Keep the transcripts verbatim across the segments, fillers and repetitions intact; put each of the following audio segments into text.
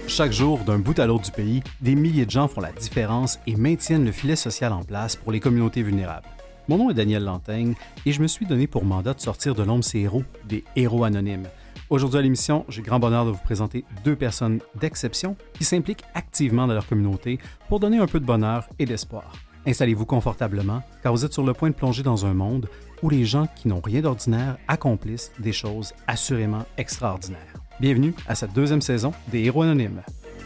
Chaque jour, d'un bout à l'autre du pays, des milliers de gens font la différence et maintiennent le filet social en place pour les communautés vulnérables. Mon nom est Daniel Lantaigne et je me suis donné pour mandat de sortir de l'ombre ces héros, des héros anonymes. Aujourd'hui à l'émission, j'ai le grand bonheur de vous présenter deux personnes d'exception qui s'impliquent activement dans leur communauté pour donner un peu de bonheur et d'espoir. Installez-vous confortablement car vous êtes sur le point de plonger dans un monde où les gens qui n'ont rien d'ordinaire accomplissent des choses assurément extraordinaires. Bienvenue à cette deuxième saison des Héros Anonymes.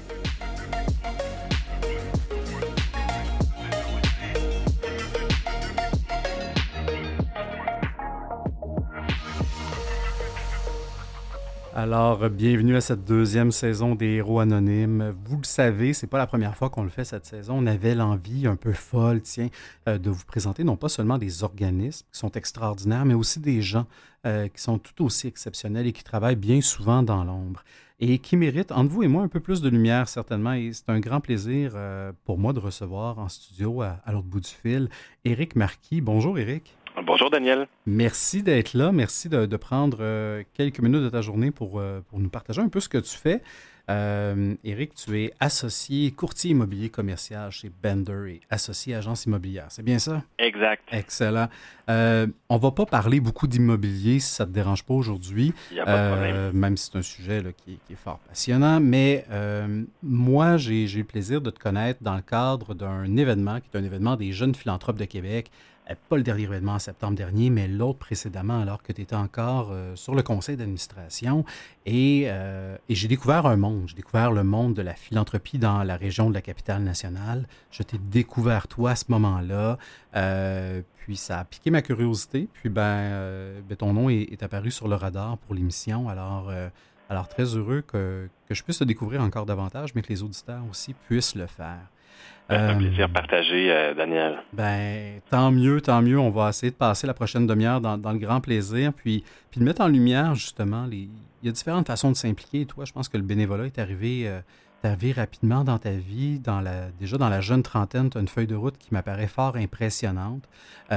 Alors, bienvenue à cette deuxième saison des Héros Anonymes. Vous le savez, c'est pas la première fois qu'on le fait cette saison. On avait l'envie un peu folle, tiens, euh, de vous présenter non pas seulement des organismes qui sont extraordinaires, mais aussi des gens euh, qui sont tout aussi exceptionnels et qui travaillent bien souvent dans l'ombre et qui méritent, entre vous et moi, un peu plus de lumière, certainement. Et c'est un grand plaisir euh, pour moi de recevoir en studio, à, à l'autre bout du fil, Éric Marquis. Bonjour, Éric. Bonjour Daniel. Merci d'être là. Merci de, de prendre euh, quelques minutes de ta journée pour, euh, pour nous partager un peu ce que tu fais. Euh, Éric, tu es associé courtier immobilier commercial chez Bender et associé agence immobilière. C'est bien ça? Exact. Excellent. Euh, on ne va pas parler beaucoup d'immobilier si ça ne te dérange pas aujourd'hui. Il n'y a pas de problème. Euh, même si c'est un sujet là, qui, qui est fort passionnant. Mais euh, moi, j'ai, j'ai eu le plaisir de te connaître dans le cadre d'un événement qui est un événement des jeunes philanthropes de Québec. Pas le dernier événement en septembre dernier, mais l'autre précédemment, alors que tu étais encore euh, sur le conseil d'administration. Et, euh, et j'ai découvert un monde. J'ai découvert le monde de la philanthropie dans la région de la capitale nationale. Je t'ai découvert, toi, à ce moment-là. Euh, puis ça a piqué ma curiosité. Puis, ben, euh, ben ton nom est, est apparu sur le radar pour l'émission. Alors, euh, alors très heureux que, que je puisse te découvrir encore davantage, mais que les auditeurs aussi puissent le faire. C'est un plaisir partagé, euh, Daniel. Ben, tant mieux, tant mieux. On va essayer de passer la prochaine demi-heure dans, dans le grand plaisir, puis, puis de mettre en lumière, justement, les... il y a différentes façons de s'impliquer. Toi, je pense que le bénévolat est arrivé, euh, est arrivé rapidement dans ta vie. Dans la... Déjà, dans la jeune trentaine, tu as une feuille de route qui m'apparaît fort impressionnante.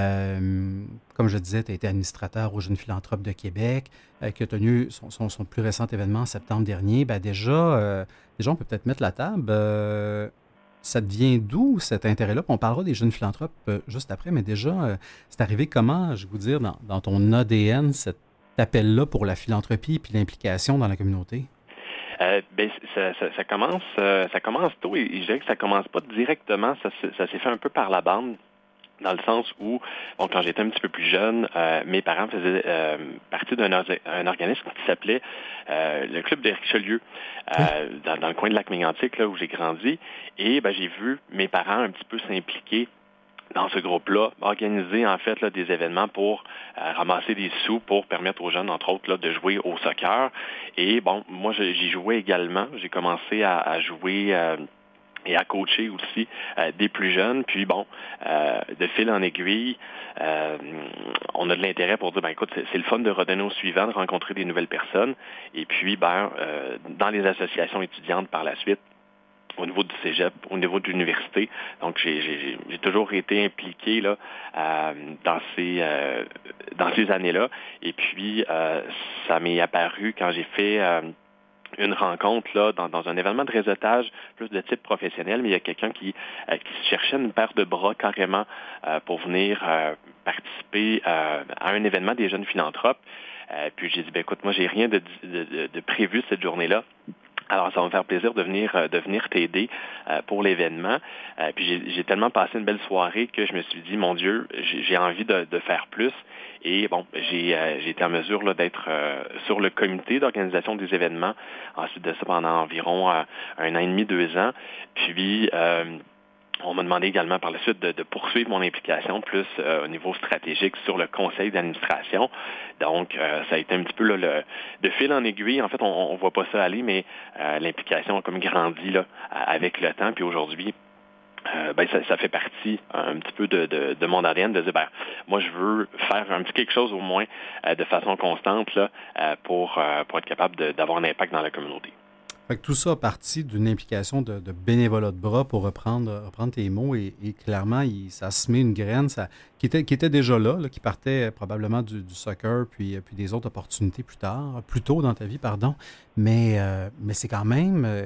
Euh, comme je disais, tu as été administrateur aux Jeunes Philanthropes de Québec, euh, qui a tenu son, son, son plus récent événement en septembre dernier. Ben déjà, euh, déjà, on peut peut-être mettre la table. Euh, Ça te vient d'où cet intérêt-là? Puis on parlera des jeunes philanthropes euh, juste après, mais déjà, euh, c'est arrivé comment, je vais vous dire, dans, dans ton A D N, cet appel-là pour la philanthropie et l'implication dans la communauté? Euh, ben, ça, ça, ça commence euh, ça commence tôt et, et je dirais que ça commence pas directement, ça, ça s'est fait un peu par la bande. Dans le sens où, bon, quand j'étais un petit peu plus jeune, euh, mes parents faisaient euh, partie d'un or- un organisme qui s'appelait euh, le Club de Richelieu, euh, dans, dans le coin de Lac-Mégantic, là où j'ai grandi. Et ben, j'ai vu mes parents un petit peu s'impliquer dans ce groupe-là, organiser en fait là, des événements pour euh, ramasser des sous pour permettre aux jeunes, entre autres, là, de jouer au soccer. Et bon, moi, j'y jouais également. J'ai commencé à, à jouer... Euh, et à coacher aussi euh, des plus jeunes. Puis bon, euh, de fil en aiguille, euh, on a de l'intérêt pour dire, ben écoute, c'est, c'est le fun de redonner au suivant, de rencontrer des nouvelles personnes. Et puis, ben, euh, dans les associations étudiantes par la suite, au niveau du cégep, au niveau de l'université. Donc, j'ai, j'ai, j'ai toujours été impliqué là, euh, dans ces euh, dans ces années-là. Et puis, euh, ça m'est apparu quand j'ai fait... Euh, une rencontre là dans, dans un événement de réseautage plus de type professionnel, mais il y a quelqu'un qui, euh, qui cherchait une paire de bras carrément euh, pour venir euh, participer euh, à un événement des jeunes philanthropes. Euh, puis j'ai dit, ben écoute, moi j'ai rien de, de, de, de prévu cette journée-là. Alors, ça va me faire plaisir de venir, euh, de venir t'aider euh, pour l'événement. Euh, puis j'ai, j'ai tellement passé une belle soirée que je me suis dit, mon Dieu, j'ai, j'ai envie de, de faire plus. Et bon, j'ai, euh, j'ai été en mesure là, d'être euh, sur le comité d'organisation des événements. Ensuite de ça, pendant environ euh, un an et demi, deux ans. Puis... Euh, On m'a demandé également par la suite de, de poursuivre mon implication plus euh, au niveau stratégique sur le conseil d'administration. Donc, euh, ça a été un petit peu là, le, de fil en aiguille. En fait, on ne voit pas ça aller, mais euh, l'implication a comme grandi là, avec le temps. Puis aujourd'hui, euh, ben, ça, ça fait partie un petit peu de, de, de mon A D N de dire, ben, moi, je veux faire un petit quelque chose au moins euh, de façon constante là, euh, pour, euh, pour être capable de, d'avoir un impact dans la communauté. Fait que tout ça a parti d'une implication de, de bénévolat de bras, pour reprendre, reprendre tes mots, et, et clairement, il, ça semait une graine ça, qui, était, qui était déjà là, là, qui partait probablement du, du soccer, puis, puis des autres opportunités plus tard, plus tôt dans ta vie, pardon. Mais, euh, mais c'est quand même... Euh,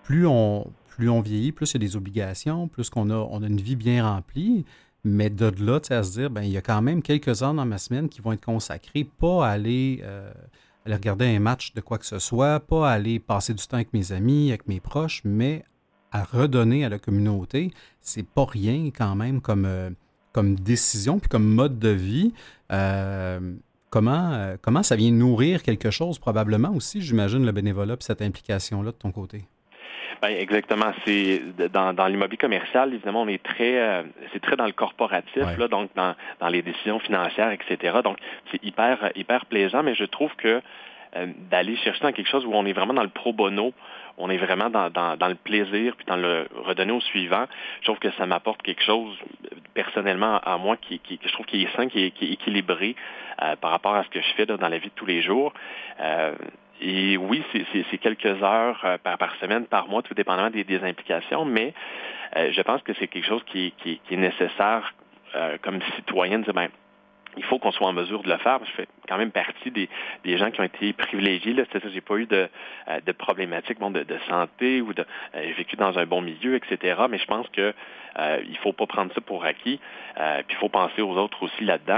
plus on, plus on vieillit, plus il y a des obligations, plus qu'on a, on a une vie bien remplie. Mais de là, tu sais, à se dire, ben il y a quand même quelques heures dans ma semaine qui vont être consacrées, pas à aller, euh, aller regarder un match de quoi que ce soit, pas à aller passer du temps avec mes amis, avec mes proches, mais à redonner à la communauté. C'est pas rien quand même comme, euh, comme décision puis comme mode de vie. Euh, comment, euh, comment ça vient nourrir quelque chose, probablement aussi, j'imagine, le bénévolat puis cette implication-là de ton côté? Bien, exactement. C'est dans, dans l'immobilier commercial, évidemment, on est très, euh, c'est très dans le corporatif, ouais. là, donc dans, dans les décisions financières, et cetera. Donc, c'est hyper, hyper plaisant, mais je trouve que euh, d'aller chercher dans quelque chose où on est vraiment dans le pro bono, on est vraiment dans, dans, dans le plaisir, puis dans le redonner au suivant, je trouve que ça m'apporte quelque chose, personnellement, à moi, qui, qui que je trouve qui est sain, qui est, qui est équilibré euh, par rapport à ce que je fais là, dans la vie de tous les jours. Euh, Et oui, c'est, c'est, c'est quelques heures euh, par, par semaine, par mois, tout dépendamment des, des implications, mais euh, je pense que c'est quelque chose qui, qui, qui est nécessaire euh, comme citoyen de dire, ben, il faut qu'on soit en mesure de le faire. Je fais quand même partie des, des gens qui ont été privilégiés. Là. C'est ça, j'ai pas eu de, euh, de problématiques bon, de, de santé ou de euh, j'ai vécu dans un bon milieu, et cetera. Mais je pense que euh, il faut pas prendre ça pour acquis. Euh, puis il faut penser aux autres aussi là-dedans.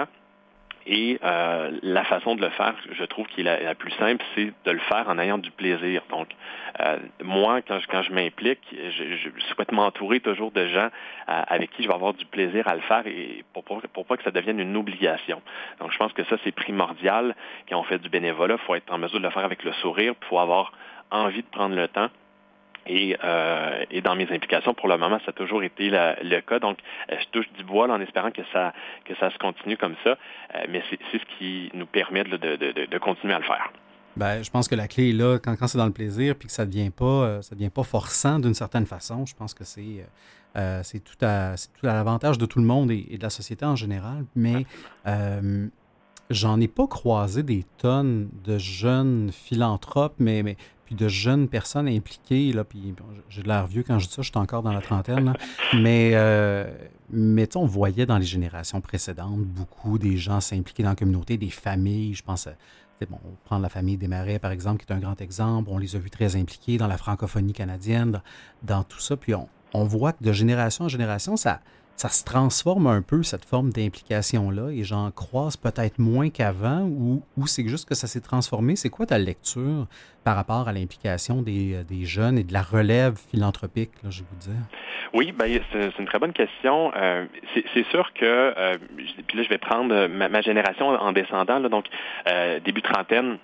Et euh, la façon de le faire, je trouve qui est la, la plus simple, c'est de le faire en ayant du plaisir. Donc, euh, moi, quand je, quand je m'implique, je, je souhaite m'entourer toujours de gens euh, avec qui je vais avoir du plaisir à le faire et pour, pour, pour pas que ça devienne une obligation. Donc, je pense que ça, c'est primordial. Quand on fait du bénévolat, il faut être en mesure de le faire avec le sourire, il faut avoir envie de prendre le temps. Et, euh, et dans mes implications, pour le moment, ça a toujours été la, le cas. Donc, euh, je touche du bois là, en espérant que ça que ça se continue comme ça. Euh, mais c'est, c'est ce qui nous permet de, de, de, de continuer à le faire. Bien, je pense que la clé est là, quand, quand c'est dans le plaisir puis que ça ne devient pas, euh, ça devient pas forçant d'une certaine façon. Je pense que c'est, euh, c'est, tout à, c'est tout à l'avantage de tout le monde et, et de la société en général. Mais euh, j'en ai pas croisé des tonnes de jeunes philanthropes, mais, mais puis de jeunes personnes impliquées, là, puis bon, j'ai de l'air vieux quand je dis ça, je suis encore dans la trentaine, là, mais, euh, mais on voyait dans les générations précédentes beaucoup des gens s'impliquer dans la communauté, des familles, je pense, bon, on prend la famille Desmarais, par exemple, qui est un grand exemple, on les a vus très impliqués dans la francophonie canadienne, dans, dans tout ça, puis on, on voit que de génération en génération, ça... ça se transforme un peu, cette forme d'implication-là, et j'en croise peut-être moins qu'avant, ou, ou c'est juste que ça s'est transformé. C'est quoi ta lecture par rapport à l'implication des, des jeunes et de la relève philanthropique, là, je vais vous dire? Oui, ben, c'est, c'est une très bonne question. Euh, c'est, c'est sûr que, euh, puis là, je vais prendre ma, ma génération en descendant, là, donc euh, début trentaine,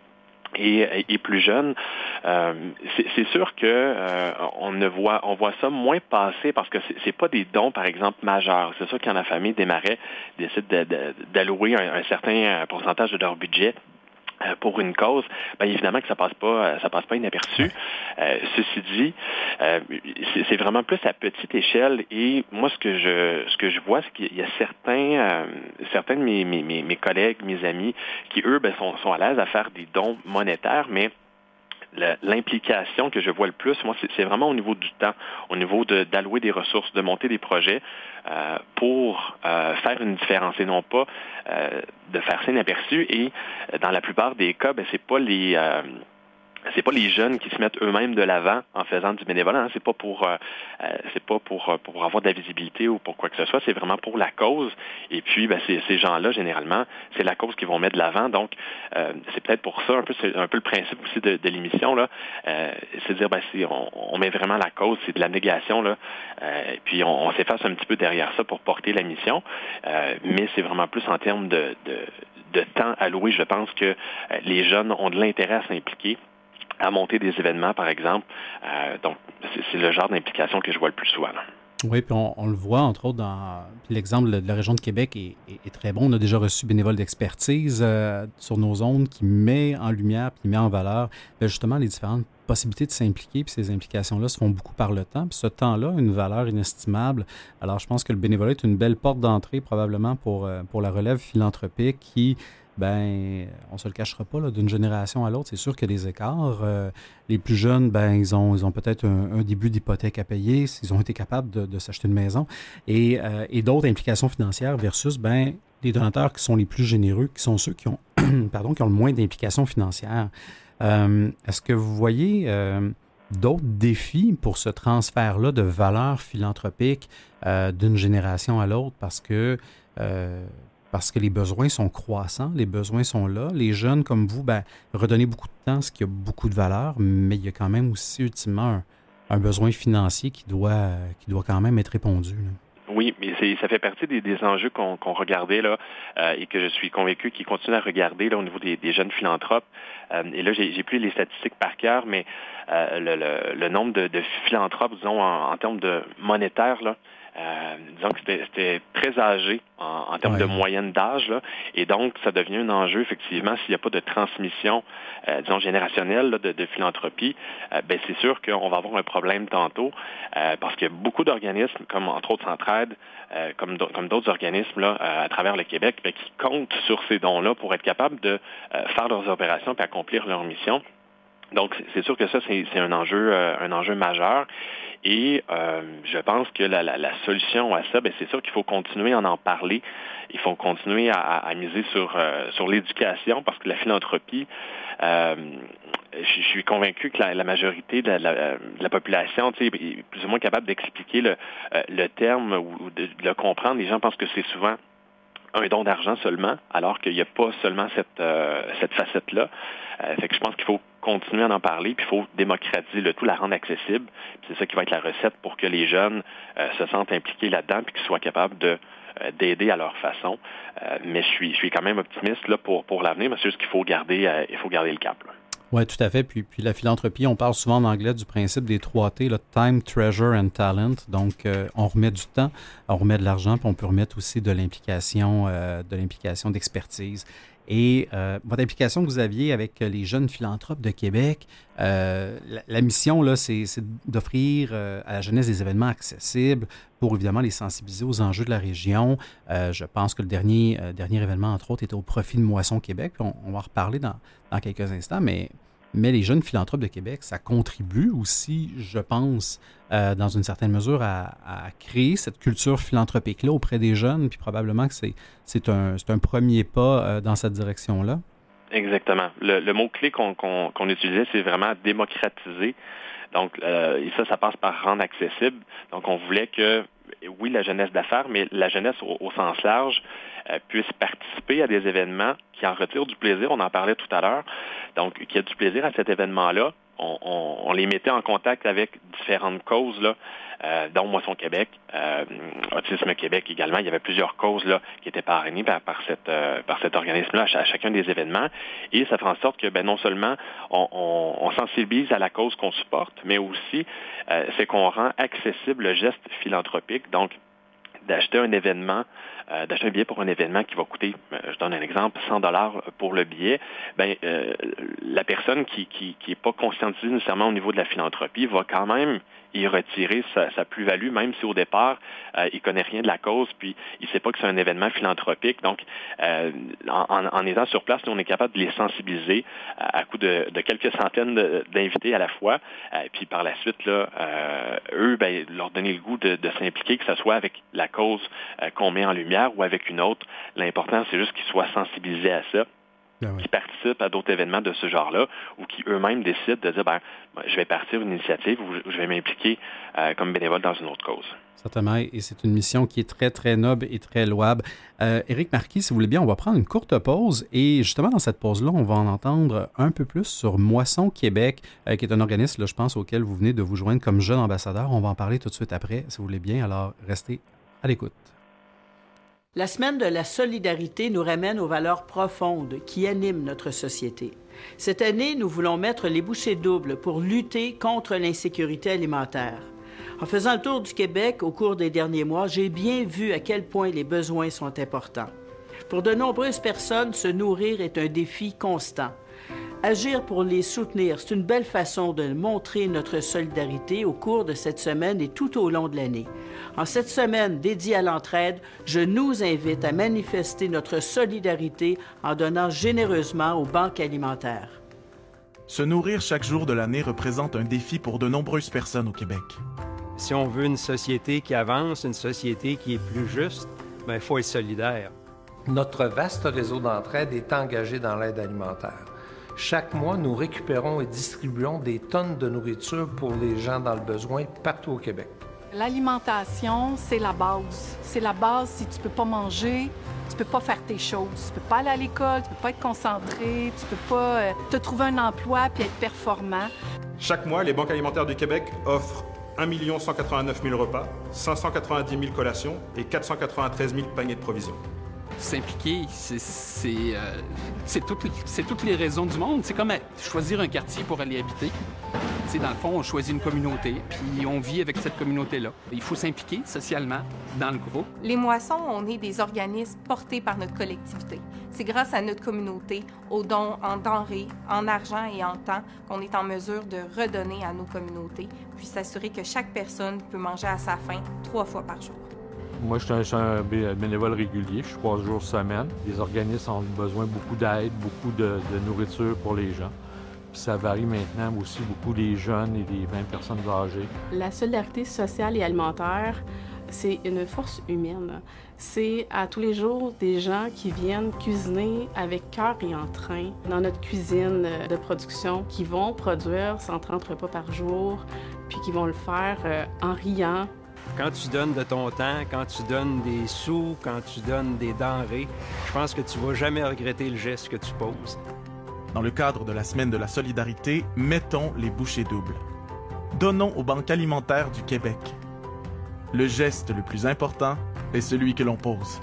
Et, et plus jeunes, euh, c'est, c'est sûr que euh, on ne voit on voit ça moins passer parce que c'est, c'est pas des dons, par exemple, majeurs. C'est sûr quand la famille Desmarais décide de, de, d'allouer un, un certain pourcentage de leur budget pour une cause, bien évidemment que ça passe pas, ça passe pas inaperçu. Euh, ceci dit, euh, c'est, c'est vraiment plus à petite échelle. Et moi, ce que je, ce que je vois, c'est qu'il y a certains, euh, certains de mes, mes, mes collègues, mes amis, qui eux, ben, sont, sont à l'aise à faire des dons monétaires, mais l'implication que je vois le plus, moi, c'est, c'est vraiment au niveau du temps, au niveau de, d'allouer des ressources, de monter des projets euh, pour euh, faire une différence et non pas euh, de faire ça inaperçu. Et dans la plupart des cas, ben, c'est pas les... Euh, c'est pas les jeunes qui se mettent eux-mêmes de l'avant en faisant du bénévolat. Hein. C'est pas pour euh, c'est pas pour pour avoir de la visibilité ou pour quoi que ce soit. C'est vraiment pour la cause. Et puis, ben, c'est, ces gens-là, généralement, c'est la cause qu'ils vont mettre de l'avant. Donc, euh, c'est peut-être pour ça un peu, c'est un peu le principe aussi de, de l'émission là. Euh, c'est de dire, ben, c'est, on, on met vraiment la cause, c'est de la négation là. Euh, et puis, on, on s'efface un petit peu derrière ça pour porter la mission. Euh, mais c'est vraiment plus en termes de, de de temps alloué. Je pense que euh, les jeunes ont de l'intérêt à s'impliquer, à monter des événements, par exemple. Euh, donc, c'est, c'est le genre d'implication que je vois le plus souvent. Là. Oui, puis on, on le voit, entre autres, dans l'exemple de la région de Québec est, est, est très bon. On a déjà reçu Bénévoles d'expertise euh, sur nos ondes qui met en lumière qui met en valeur bien, justement les différentes possibilités de s'impliquer. Puis ces implications-là se font beaucoup par le temps. Puis ce temps-là a une valeur inestimable. Alors, je pense que le bénévolat est une belle porte d'entrée probablement pour, euh, pour la relève philanthropique qui... ben, on se le cachera pas, là, d'une génération à l'autre, c'est sûr qu'il y a des écarts. Euh, les plus jeunes, ben, ils ont, ils ont peut-être un, un début d'hypothèque à payer s'ils ont été capables de, de s'acheter une maison. Et, euh, et d'autres implications financières versus, ben, les donateurs qui sont les plus généreux, qui sont ceux qui ont, pardon, qui ont le moins d'implications financières. Euh, est-ce que vous voyez euh, d'autres défis pour ce transfert-là de valeurs philanthropiques euh, d'une génération à l'autre parce que, euh, parce que les besoins sont croissants, les besoins sont là. Les jeunes comme vous, ben, redonnez beaucoup de temps, ce qui a beaucoup de valeur, mais il y a quand même aussi ultimement un, un besoin financier qui doit, qui doit quand même être répondu, là. Oui, mais c'est, ça fait partie des, des enjeux qu'on, qu'on regardait là, euh, et que je suis convaincu qu'ils continuent à regarder là, au niveau des, des jeunes philanthropes. Euh, et là, j'ai, j'ai plus les statistiques par cœur, mais euh, le, le, le nombre de, de philanthropes, disons, en, en termes de monétaires, là, euh, disons que c'était, c'était très âgé en, en termes ouais. de moyenne d'âge, là, et donc ça devient un enjeu, effectivement, s'il n'y a pas de transmission, euh, disons, générationnelle là, de, de philanthropie, euh, ben c'est sûr qu'on va avoir un problème tantôt, euh, parce qu'il y a beaucoup d'organismes, comme entre autres Centraide, euh, comme, comme d'autres organismes là, euh, à travers le Québec, ben, qui comptent sur ces dons-là pour être capables de euh, faire leurs opérations et accomplir leur mission. Donc, c'est sûr que ça, c'est, c'est un enjeu, euh, un enjeu majeur. Et euh, je pense que la, la, la solution à ça, bien, c'est sûr qu'il faut continuer à en parler. Il faut continuer à, à miser sur, euh, sur l'éducation, parce que la philanthropie, euh, je, je suis convaincu que la, la majorité de la, la, de la population, tu sais, est plus ou moins capable d'expliquer le, euh, le terme ou de, de le comprendre. Les gens pensent que c'est souvent un don d'argent seulement, alors qu'il n'y a pas seulement cette, euh, cette facette-là. Euh, fait que je pense qu'il faut continuer à en parler, puis il faut démocratiser le tout, la rendre accessible. Puis c'est ça qui va être la recette pour que les jeunes euh, se sentent impliqués là-dedans, puis qu'ils soient capables de, euh, d'aider à leur façon. Euh, mais je suis, je suis quand même optimiste là, pour, pour l'avenir, mais c'est juste qu'il faut garder, euh, il faut garder le cap, là. Oui, tout à fait. Puis, puis la philanthropie, on parle souvent en anglais du principe des trois T, là, time, treasure and talent. Donc, euh, on remet du temps, on remet de l'argent, puis on peut remettre aussi de l'implication, euh, de l'implication d'expertise. Et euh, votre implication que vous aviez avec les jeunes philanthropes de Québec, euh, la, la mission, là, c'est, c'est d'offrir euh, à la jeunesse des événements accessibles pour évidemment les sensibiliser aux enjeux de la région. Euh, je pense que le dernier, euh, dernier événement, entre autres, était au profit de Moisson Québec. Puis on, on va en reparler dans, dans quelques instants, mais, mais les jeunes philanthropes de Québec, ça contribue aussi, je pense, euh, dans une certaine mesure, à, à créer cette culture philanthropique-là auprès des jeunes, puis probablement que c'est, c'est, un, c'est un premier pas euh, dans cette direction-là. Exactement. Le, le mot-clé qu'on, qu'on, qu'on utilisait, c'est vraiment démocratiser. Donc, euh, et ça, ça passe par rendre accessible. Donc, on voulait que, oui, la jeunesse d'affaires, mais la jeunesse au, au sens large euh, puisse participer à des événements qui en retirent du plaisir. On en parlait tout à l'heure. Donc, qu'il y a du plaisir à cet événement-là. On, on, on les mettait en contact avec différentes causes, là, euh, dont Moisson Québec, euh, Autisme Québec également. Il y avait plusieurs causes là, qui étaient parrainées par, par, cette, euh, par cet organisme-là à, à chacun des événements. Et ça fait en sorte que ben, non seulement on, on, on sensibilise à la cause qu'on supporte, mais aussi euh, c'est qu'on rend accessible le geste philanthropique. Donc, d'acheter un événement, euh, d'acheter un billet pour un événement qui va coûter, euh, je donne un exemple, cent dollars pour le billet, ben euh, la personne qui qui qui est pas conscientisée nécessairement au niveau de la philanthropie va quand même y retirer sa, sa plus-value, même si au départ, euh, il connaît rien de la cause, puis il sait pas que c'est un événement philanthropique. Donc, euh, en, en étant sur place, nous, on est capable de les sensibiliser à, à coup de, de quelques centaines de, d'invités à la fois, euh, puis par la suite, là, euh, eux, ben, leur donner le goût de, de s'impliquer, que ce soit avec la cause euh, qu'on met en lumière ou avec une autre. L'important, c'est juste qu'ils soient sensibilisés à ça. Ben oui. Qui participent à d'autres événements de ce genre-là ou qui eux-mêmes décident de dire ben, je vais partir une initiative ou je vais m'impliquer euh, comme bénévole dans une autre cause. Certainement, et c'est une mission qui est très, très noble et très louable. Euh, Éric Marquis, si vous voulez bien, on va prendre une courte pause et justement dans cette pause-là, on va en entendre un peu plus sur Moisson Québec, euh, qui est un organisme, là, je pense, auquel vous venez de vous joindre comme jeune ambassadeur. On va en parler tout de suite après, si vous voulez bien, alors restez à l'écoute. La semaine de la solidarité nous ramène aux valeurs profondes qui animent notre société. Cette année, nous voulons mettre les bouchées doubles pour lutter contre l'insécurité alimentaire. En faisant le tour du Québec au cours des derniers mois, j'ai bien vu à quel point les besoins sont importants. Pour de nombreuses personnes, se nourrir est un défi constant. Agir pour les soutenir, c'est une belle façon de montrer notre solidarité au cours de cette semaine et tout au long de l'année. En cette semaine dédiée à l'entraide, je nous invite à manifester notre solidarité en donnant généreusement aux banques alimentaires. Se nourrir chaque jour de l'année représente un défi pour de nombreuses personnes au Québec. Si on veut une société qui avance, une société qui est plus juste, bien, il faut être solidaire. Notre vaste réseau d'entraide est engagé dans l'aide alimentaire. Chaque mois, nous récupérons et distribuons des tonnes de nourriture pour les gens dans le besoin partout au Québec. L'alimentation, c'est la base. C'est la base. Si tu peux pas manger, tu peux pas faire tes choses. Tu peux pas aller à l'école, tu peux pas être concentré, tu peux pas euh, te trouver un emploi puis être performant. Chaque mois, les banques alimentaires du Québec offrent un million cent quatre-vingt-neuf mille repas, cinq cent quatre-vingt-dix mille collations et quatre cent quatre-vingt-treize mille paniers de provisions. S'impliquer, c'est, c'est, euh, c'est, toutes, c'est toutes les raisons du monde. C'est comme choisir un quartier pour aller habiter. C'est dans le fond, on choisit une communauté, puis on vit avec cette communauté-là. Il faut s'impliquer socialement dans le groupe. Les moissons, on est des organismes portés par notre collectivité. C'est grâce à notre communauté, aux dons en denrées, en argent et en temps, qu'on est en mesure de redonner à nos communautés, puis s'assurer que chaque personne peut manger à sa faim trois fois par jour. Moi, je suis un, je suis un bénévole régulier. Je suis trois jours semaine. Les organismes ont besoin beaucoup d'aide, beaucoup de, de nourriture pour les gens. Puis ça varie maintenant aussi beaucoup les jeunes et les vingt personnes âgées. La solidarité sociale et alimentaire, c'est une force humaine. C'est à tous les jours des gens qui viennent cuisiner avec cœur et entrain dans notre cuisine de production, qui vont produire cent trente repas par jour, puis qui vont le faire euh, en riant. Quand tu donnes de ton temps, quand tu donnes des sous, quand tu donnes des denrées, je pense que tu ne vas jamais regretter le geste que tu poses. Dans le cadre de la Semaine de la solidarité, mettons les bouchées doubles. Donnons aux banques alimentaires du Québec. Le geste le plus important est celui que l'on pose.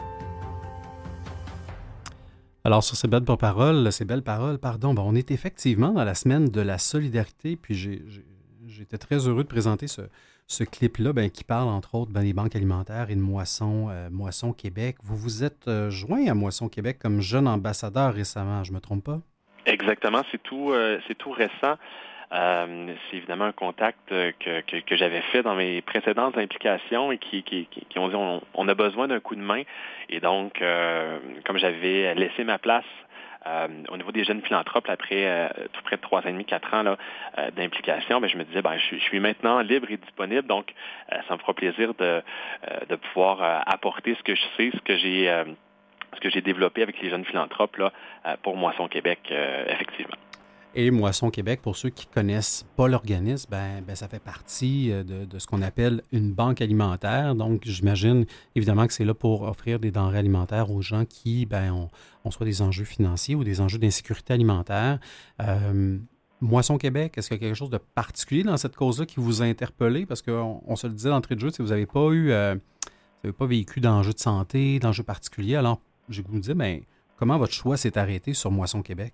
Alors, sur ces belles paroles, ces belles paroles, pardon, ben, on est effectivement dans la Semaine de la solidarité, puis j'ai, j'ai, j'étais très heureux de présenter ce, ce clip-là ben, qui parle, entre autres, ben, des banques alimentaires et de Moisson, euh, Moisson Québec. Vous vous êtes euh, joint à Moisson Québec comme jeune ambassadeur récemment, je ne me trompe pas? Exactement, c'est tout, euh, c'est tout récent. Euh, c'est évidemment un contact que, que, que j'avais fait dans mes précédentes implications et qui, qui, qui, qui ont dit on, on a besoin d'un coup de main. Et donc, euh, comme j'avais laissé ma place euh, au niveau des jeunes philanthropes après euh, tout près de trois ans et demi, quatre ans là, euh, d'implication, ben, je me disais ben, je, je suis maintenant libre et disponible. Donc, euh, ça me fera plaisir de, euh, de pouvoir euh, apporter ce que je sais, ce que j'ai euh, ce que j'ai développé avec les jeunes philanthropes là, pour Moisson Québec, euh, effectivement. Et Moisson Québec, pour ceux qui ne connaissent pas l'organisme, ben, ben, ça fait partie de, de ce qu'on appelle une banque alimentaire. Donc, j'imagine évidemment que c'est là pour offrir des denrées alimentaires aux gens qui ben, ont, ont soit des enjeux financiers ou des enjeux d'insécurité alimentaire. Euh, Moisson Québec, est-ce qu'il y a quelque chose de particulier dans cette cause-là qui vous a interpellé? Parce qu'on on se le disait d'entrée de jeu, si vous n'avez pas eu, euh, vous n'avez pas vécu d'enjeux de santé, d'enjeux particuliers. Alors, je vous dis, ben, comment votre choix s'est arrêté sur Moisson Québec?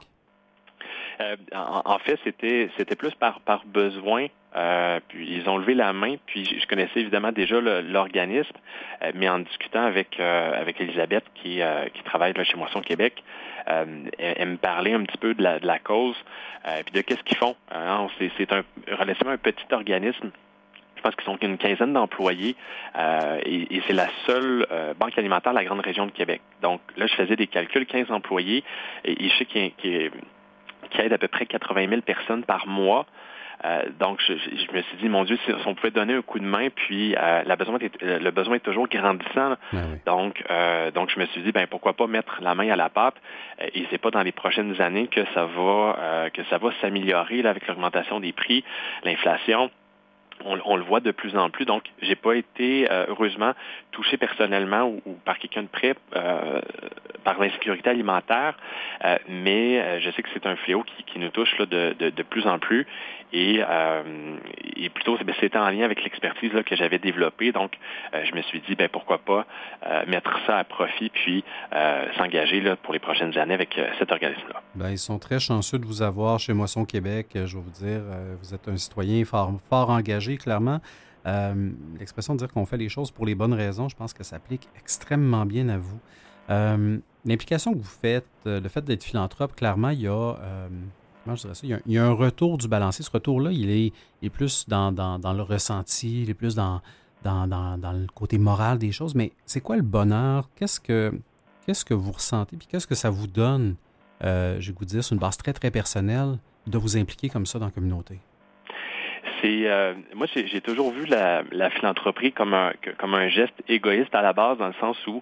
Euh, en, en fait, c'était c'était plus par, par besoin. Euh, puis ils ont levé la main, puis je connaissais évidemment déjà le, l'organisme, euh, mais en discutant avec euh, avec Elisabeth qui euh, qui travaille là, chez Moisson Québec, euh, elle, elle me parlait un petit peu de la, de la cause, euh, puis de qu'est-ce qu'ils font. Hein? C'est, c'est un relativement un petit organisme. Je pense qu'ils sont une quinzaine d'employés euh, et, et c'est la seule euh, banque alimentaire de la grande région de Québec. Donc là, je faisais des calculs, quinze employés, et, et je sais qu'il y a, qu'il y a, qui aide à peu près quatre-vingt mille personnes par mois. Euh, donc, je, je me suis dit, mon Dieu, si on pouvait donner un coup de main, puis euh, la besoin est, le besoin est toujours grandissant. Ben oui. Donc, euh, donc, je me suis dit, ben pourquoi pas mettre la main à la pâte. Et c'est pas dans les prochaines années que ça va euh, que ça va s'améliorer là, avec l'augmentation des prix, l'inflation. On, on le voit de plus en plus. Donc, j'ai pas été, euh, heureusement, touché personnellement ou, ou par quelqu'un de près euh, par l'insécurité alimentaire, euh, mais euh, je sais que c'est un fléau qui, qui nous touche là, de, de, de plus en plus. Et, euh, et plutôt, ben, c'était en lien avec l'expertise là, que j'avais développée. Donc, euh, je me suis dit, ben pourquoi pas euh, mettre ça à profit puis euh, s'engager là, pour les prochaines années avec euh, cet organisme-là. Bien, ils sont très chanceux de vous avoir chez Moisson Québec. Je vais vous dire, euh, vous êtes un citoyen fort, fort engagé, clairement. Euh, l'expression de dire qu'on fait les choses pour les bonnes raisons, je pense que ça s'applique extrêmement bien à vous. Euh, l'implication que vous faites, euh, le fait d'être philanthrope, clairement, il y a, euh, comment je dirais ça, il y a, il y a un retour du balancier. Ce retour-là, il est, il est plus dans, dans, dans le ressenti, il est plus dans, dans, dans, dans le côté moral des choses. Mais c'est quoi le bonheur? Qu'est-ce que, qu'est-ce que vous ressentez? Puis qu'est-ce que ça vous donne, euh, je vais vous dire, sur une base très, très personnelle, de vous impliquer comme ça dans la communauté? c'est euh, moi j'ai, j'ai toujours vu la, la philanthropie comme un comme un geste égoïste à la base, dans le sens où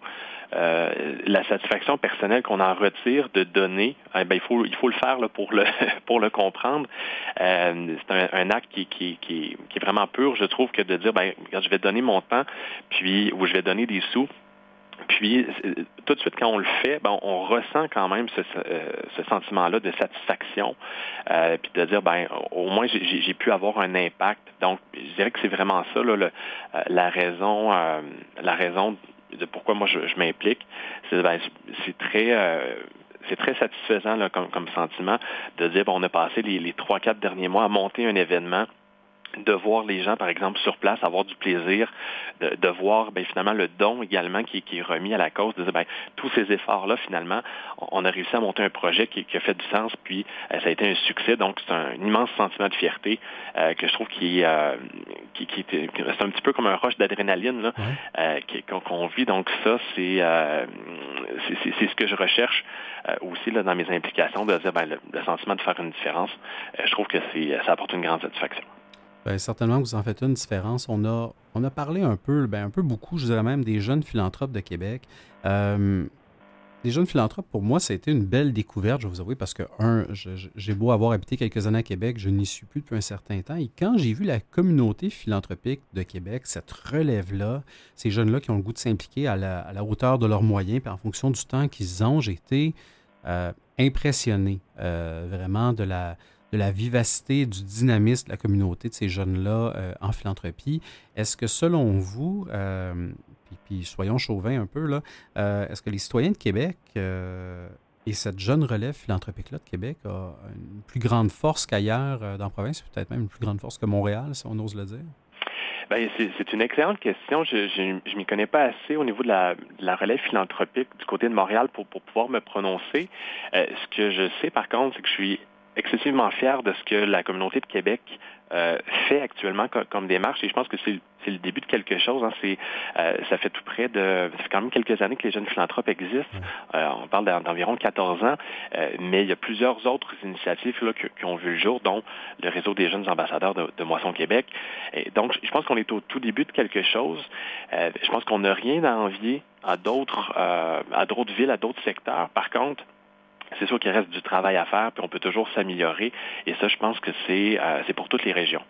euh, la satisfaction personnelle qu'on en retire de donner, eh ben il faut il faut le faire là, pour le pour le comprendre. Euh, c'est un, un acte qui, qui qui qui est vraiment pur, je trouve, que de dire ben regarde, je vais donner mon temps, puis ou je vais donner des sous. Puis, tout de suite, quand on le fait, ben, on ressent quand même ce, ce sentiment-là de satisfaction, euh, puis de dire, ben, au moins, j'ai, j'ai pu avoir un impact. Donc, je dirais que c'est vraiment ça, là, le, la raison, euh, la raison de pourquoi moi je, je m'implique. C'est, ben, c'est très... Euh, c'est très satisfaisant là, comme, comme sentiment de dire, bon, on a passé les, les trois, quatre derniers mois à monter un événement, de voir les gens, par exemple, sur place, avoir du plaisir, de, de voir ben, finalement le don également qui, qui est remis à la cause, de dire ben, tous ces efforts-là, finalement, on a réussi à monter un projet qui, qui a fait du sens, puis euh, ça a été un succès. Donc, c'est un, un immense sentiment de fierté euh, que je trouve qui, euh, qui, qui est, c'est un petit peu comme un rush d'adrénaline là, ouais. euh, qui, qu'on, qu'on vit. Donc, ça, c'est, euh, c'est, c'est, c'est ce que je recherche euh, aussi là, dans mes implications, de dire ben, le, le sentiment de faire une différence. Euh, je trouve que c'est, ça apporte une grande satisfaction. Bien, certainement que vous en faites une différence. On a, on a parlé un peu, ben, un peu beaucoup, je dirais même, des jeunes philanthropes de Québec. Euh, les jeunes philanthropes, pour moi, ça a été une belle découverte, je vais vous avouer, parce que, un, je, j'ai beau avoir habité quelques années à Québec, je n'y suis plus depuis un certain temps. Et quand j'ai vu la communauté philanthropique de Québec, cette relève-là, ces jeunes-là qui ont le goût de s'impliquer à la, à la hauteur de leurs moyens, puis en fonction du temps qu'ils ont, j'ai été euh, impressionné euh, vraiment de la... de la vivacité, du dynamisme de la communauté de ces jeunes-là euh, en philanthropie. Est-ce que, selon vous, euh, puis, puis soyons chauvins un peu, là, euh, est-ce que les citoyens de Québec euh, et cette jeune relève philanthropique-là de Québec a une plus grande force qu'ailleurs euh, dans la province, peut-être même une plus grande force que Montréal, si on ose le dire? Bien, c'est, c'est une excellente question. Je ne m'y connais pas assez au niveau de la, de la relève philanthropique du côté de Montréal pour, pour pouvoir me prononcer. Euh, ce que je sais, par contre, c'est que je suis excessivement fier de ce que la communauté de Québec euh, fait actuellement comme, comme démarche, et je pense que c'est, c'est le début de quelque chose. Hein. C'est, euh, ça fait tout près de... Ça fait quand même quelques années que les jeunes philanthropes existent. Euh, on parle d'environ quatorze ans, euh, mais il y a plusieurs autres initiatives là, qui, qui ont vu le jour, dont le réseau des jeunes ambassadeurs de, de Moisson Québec. Et donc, je pense qu'on est au tout début de quelque chose. Euh, je pense qu'on n'a rien à envier à d'autres, euh, à d'autres villes, à d'autres secteurs. Par contre, c'est sûr qu'il reste du travail à faire, puis on peut toujours s'améliorer. Et ça, je pense que c'est, euh, c'est pour toutes les régions.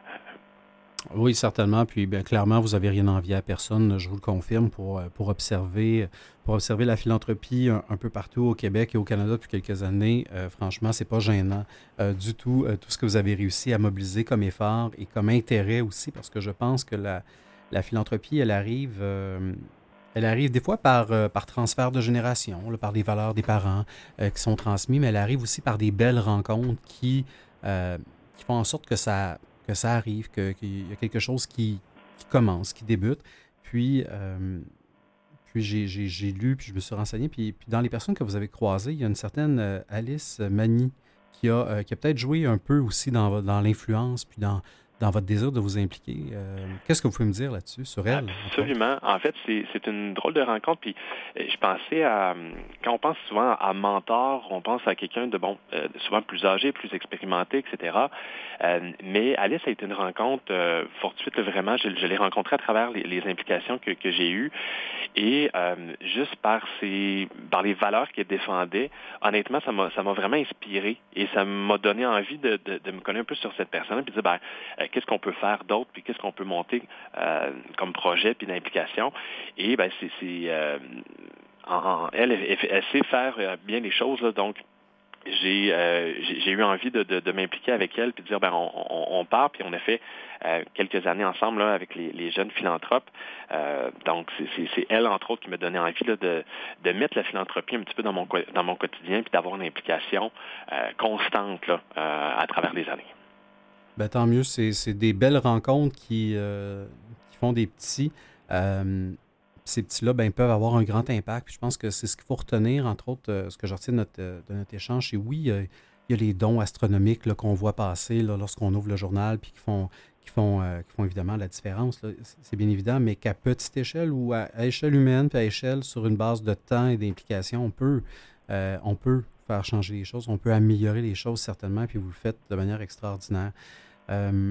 Oui, certainement. Puis bien, clairement, vous n'avez rien envié à personne, je vous le confirme, pour, pour, observer, pour observer la philanthropie un, un peu partout au Québec et au Canada depuis quelques années. Euh, franchement, c'est pas gênant euh, du tout, euh, tout ce que vous avez réussi à mobiliser comme effort et comme intérêt aussi, parce que je pense que la, la philanthropie, elle arrive... Euh, Elle arrive des fois par, euh, par transfert de génération, là, par des valeurs des parents euh, qui sont transmises, mais elle arrive aussi par des belles rencontres qui, euh, qui font en sorte que ça, que ça arrive, que, qu'il y a quelque chose qui, qui commence, qui débute. Puis, euh, puis j'ai, j'ai, j'ai lu, puis je me suis renseigné, puis, puis dans les personnes que vous avez croisées, il y a une certaine euh, Alice Mani qui a, euh, qui a peut-être joué un peu aussi dans, dans l'influence, puis dans... dans votre désir de vous impliquer. Euh, qu'est-ce que vous pouvez me dire là-dessus, sur elle? Absolument. En fait, c'est, c'est une drôle de rencontre. Puis, je pensais à... Quand on pense souvent à mentor, on pense à quelqu'un de, bon, euh, souvent plus âgé, plus expérimenté, et cetera. Euh, mais Alice a été une rencontre euh, fortuite, vraiment. Je, je l'ai rencontrée à travers les, les implications que, que j'ai eues. Et euh, juste par, ses, par les valeurs qu'elle défendait, honnêtement, ça m'a, ça m'a vraiment inspiré. Et ça m'a donné envie de, de, de me connaître un peu sur cette personne, puis de dire, ben, euh, qu'est-ce qu'on peut faire d'autre, puis qu'est-ce qu'on peut monter euh, comme projet, puis d'implication. Et ben c'est, c'est euh, en, en, elle, elle, elle sait faire bien les choses, là, donc j'ai, euh, j'ai, j'ai eu envie de, de, de m'impliquer avec elle, puis de dire, ben on, on, on part, puis on a fait euh, quelques années ensemble là, avec les, les jeunes philanthropes. Euh, donc c'est, c'est, c'est elle, entre autres, qui me donnait envie là, de, de mettre la philanthropie un petit peu dans mon, dans mon quotidien, puis d'avoir une implication euh, constante là, euh, à travers les années. Ben, tant mieux, c'est, c'est des belles rencontres qui, euh, qui font des petits. Euh, ces petits-là ben, peuvent avoir un grand impact. Puis je pense que c'est ce qu'il faut retenir, entre autres, euh, ce que je retiens de notre, de notre échange, c'est oui, euh, il y a les dons astronomiques là, qu'on voit passer là, lorsqu'on ouvre le journal, puis qui font, qui font, euh, qui font évidemment la différence. Là. C'est bien évident, mais qu'à petite échelle ou à, à échelle humaine, puis à échelle sur une base de temps et d'implication, on peut, euh, on peut faire changer les choses, on peut améliorer les choses certainement, puis vous le faites de manière extraordinaire. Euh,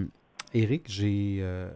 Éric, j'ai, euh,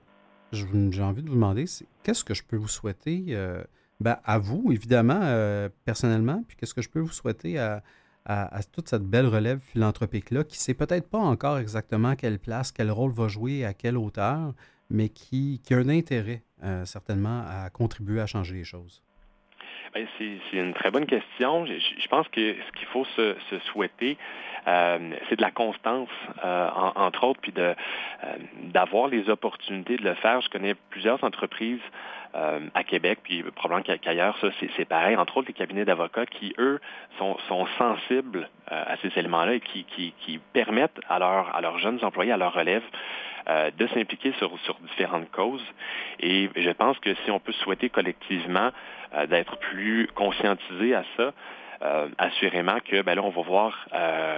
j'ai envie de vous demander, c'est, qu'est-ce que je peux vous souhaiter euh, ben, à vous, évidemment, euh, personnellement, puis qu'est-ce que je peux vous souhaiter à, à, à toute cette belle relève philanthropique-là qui ne sait peut-être pas encore exactement quelle place, quel rôle va jouer, à quelle hauteur, mais qui, qui a un intérêt, euh, certainement, à contribuer à changer les choses? Bien, c'est, c'est une très bonne question. Je, je pense que ce qu'il faut se, se souhaiter, euh, c'est de la constance, euh, en, entre autres, puis de, euh, d'avoir les opportunités de le faire. Je connais plusieurs entreprises euh, à Québec, puis probablement qu'ailleurs, ça, c'est, c'est pareil. Entre autres, les cabinets d'avocats qui, eux, sont, sont sensibles euh, à ces éléments-là et qui, qui, qui permettent à, leur, à leurs jeunes employés, à leur relève, Euh, de s'impliquer sur, sur différentes causes. Et je pense que si on peut souhaiter collectivement euh, d'être plus conscientisé à ça, euh, assurément que ben là, on va voir euh,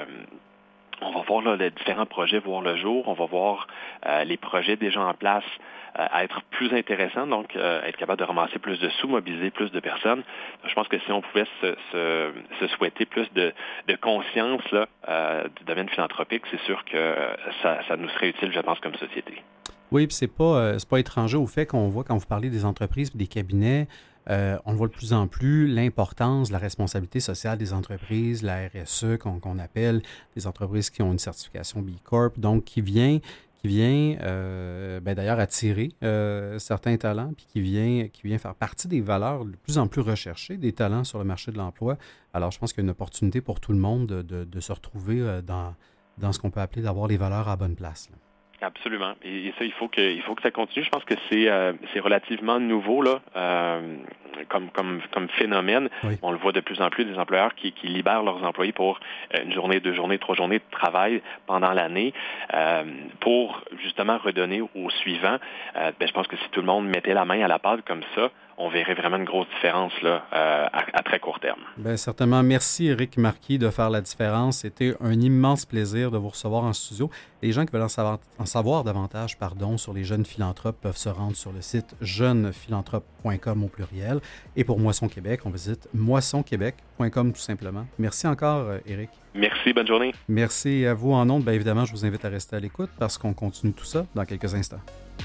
on va voir là, les différents projets voir le jour, on va voir euh, les projets déjà en place euh, être plus intéressants, donc euh, être capable de ramasser plus de sous, mobiliser plus de personnes. Je pense que si on pouvait se, se, se souhaiter plus de, de conscience là, euh, du domaine philanthropique, c'est sûr que ça, ça nous serait utile, je pense, comme société. Oui, puis c'est pas, euh, c'est pas étranger au fait qu'on voit quand vous parlez des entreprises et des cabinets, euh, on le voit de plus en plus, l'importance de la responsabilité sociale des entreprises, la R S E qu'on, qu'on appelle, des entreprises qui ont une certification B Corp, donc qui vient, qui vient euh, ben d'ailleurs attirer euh, certains talents, puis qui vient, qui vient faire partie des valeurs de plus en plus recherchées des talents sur le marché de l'emploi. Alors, je pense qu'il y a une opportunité pour tout le monde de, de, de se retrouver dans, dans ce qu'on peut appeler d'avoir les valeurs à bonne place, là. Absolument. Et, et ça, il faut que, il faut que ça continue. Je pense que c'est, euh, c'est relativement nouveau là, euh, comme, comme, comme phénomène. Oui. On le voit de plus en plus, des employeurs qui, qui libèrent leurs employés pour une journée, deux journées, trois journées de travail pendant l'année euh, pour justement redonner au suivant. Euh, ben, je pense que si tout le monde mettait la main à la pâte comme ça, on verrait vraiment une grosse différence là, euh, à, à très court terme. Bien, certainement. Merci, Éric Marquis, de faire la différence. C'était un immense plaisir de vous recevoir en studio. Les gens qui veulent en savoir, en savoir davantage pardon, sur les jeunes philanthropes peuvent se rendre sur le site jeune philanthrope point com au pluriel. Et pour Moisson Québec, on visite moisson québec point com tout simplement. Merci encore, Éric. Merci, bonne journée. Merci à vous en ondes. Bien évidemment, je vous invite à rester à l'écoute parce qu'on continue tout ça dans quelques instants.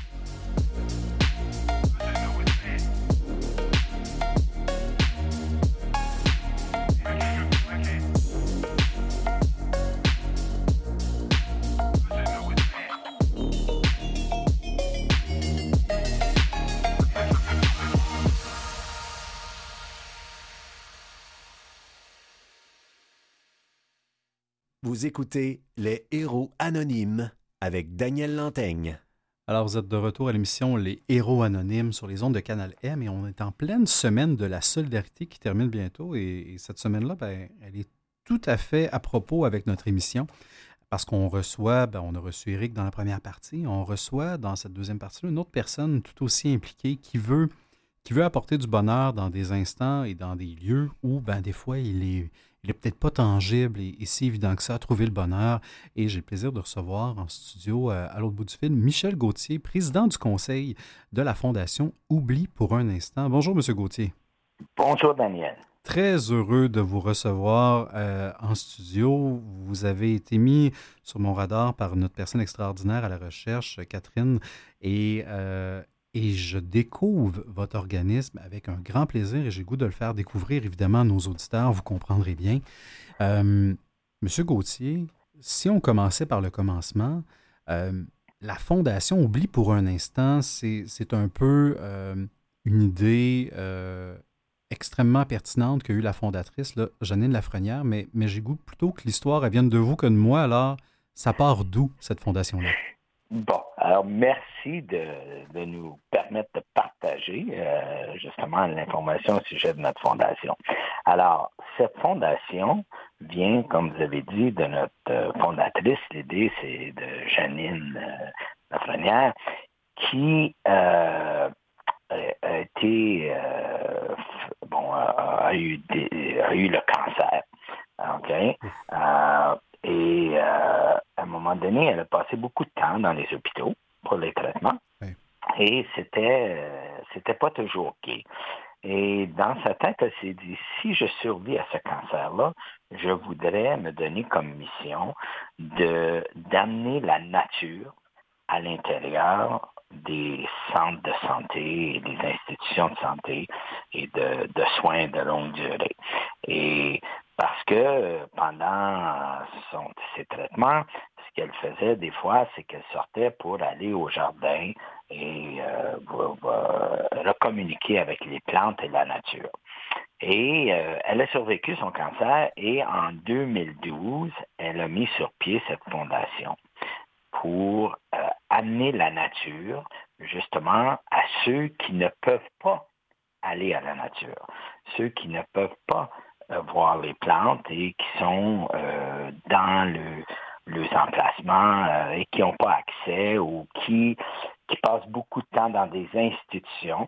Vous écoutez Les Héros Anonymes avec Daniel Lantaigne. Alors, vous êtes de retour à l'émission Les Héros Anonymes sur les ondes de Canal M et on est en pleine semaine de la solidarité qui termine bientôt et, et cette semaine-là, ben, elle est tout à fait à propos avec notre émission parce qu'on reçoit, ben, on a reçu Éric dans la première partie, on reçoit dans cette deuxième partie une autre personne tout aussi impliquée qui veut, qui veut apporter du bonheur dans des instants et dans des lieux où, ben, des fois, il est... Il n'est peut-être pas tangible et, et si évident que ça, trouver le bonheur. Et j'ai le plaisir de recevoir en studio, euh, à l'autre bout du fil, Michel Gauthier, président du conseil de la Fondation Oublie pour un instant. Bonjour, M. Gauthier. Bonjour, Daniel. Très heureux de vous recevoir euh, en studio. Vous avez été mis sur mon radar par notre personne extraordinaire à la recherche, Catherine, et... Euh, Et je découvre votre organisme avec un grand plaisir et j'ai le goût de le faire découvrir, évidemment, à nos auditeurs, vous comprendrez bien. Euh, Monsieur Gauthier, si on commençait par le commencement, euh, la Fondation Oublie pour un instant, c'est, c'est un peu euh, une idée euh, extrêmement pertinente qu'a eue la fondatrice, là, Janine Lafrenière, mais, mais j'ai le goût plutôt que l'histoire elle vienne de vous que de moi. Alors, ça part d'où, cette fondation-là? Bon, alors merci de, de nous permettre de partager euh, justement l'information au sujet de notre fondation. Alors, cette fondation vient, comme vous avez dit, de notre fondatrice. L'idée, c'est de Janine euh, Lafrenière, qui euh, a été, euh, bon, a, a, eu des, a eu le cancer. OK? Euh, Et euh, à un moment donné, elle a passé beaucoup de temps dans les hôpitaux pour les traitements. Oui. Et c'était, euh, c'était pas toujours gai. Et dans sa tête, elle s'est dit, si je survis à ce cancer-là, je voudrais me donner comme mission de, d'amener la nature à l'intérieur des centres de santé et des institutions de santé et de, de soins de longue durée. Et parce que pendant son, ses traitements, ce qu'elle faisait des fois, c'est qu'elle sortait pour aller au jardin et euh, recommuniquer avec les plantes et la nature. Et euh, elle a survécu son cancer et en deux mille douze, elle a mis sur pied cette fondation pour euh, amener la nature justement à ceux qui ne peuvent pas aller à la nature, ceux qui ne peuvent pas euh, voir les plantes et qui sont euh, dans le, les emplacements euh, et qui n'ont pas accès ou qui, qui passent beaucoup de temps dans des institutions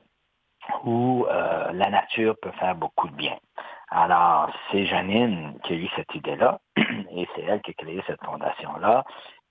où euh, la nature peut faire beaucoup de bien. Alors, c'est Janine qui a eu cette idée-là et c'est elle qui a créé cette fondation-là.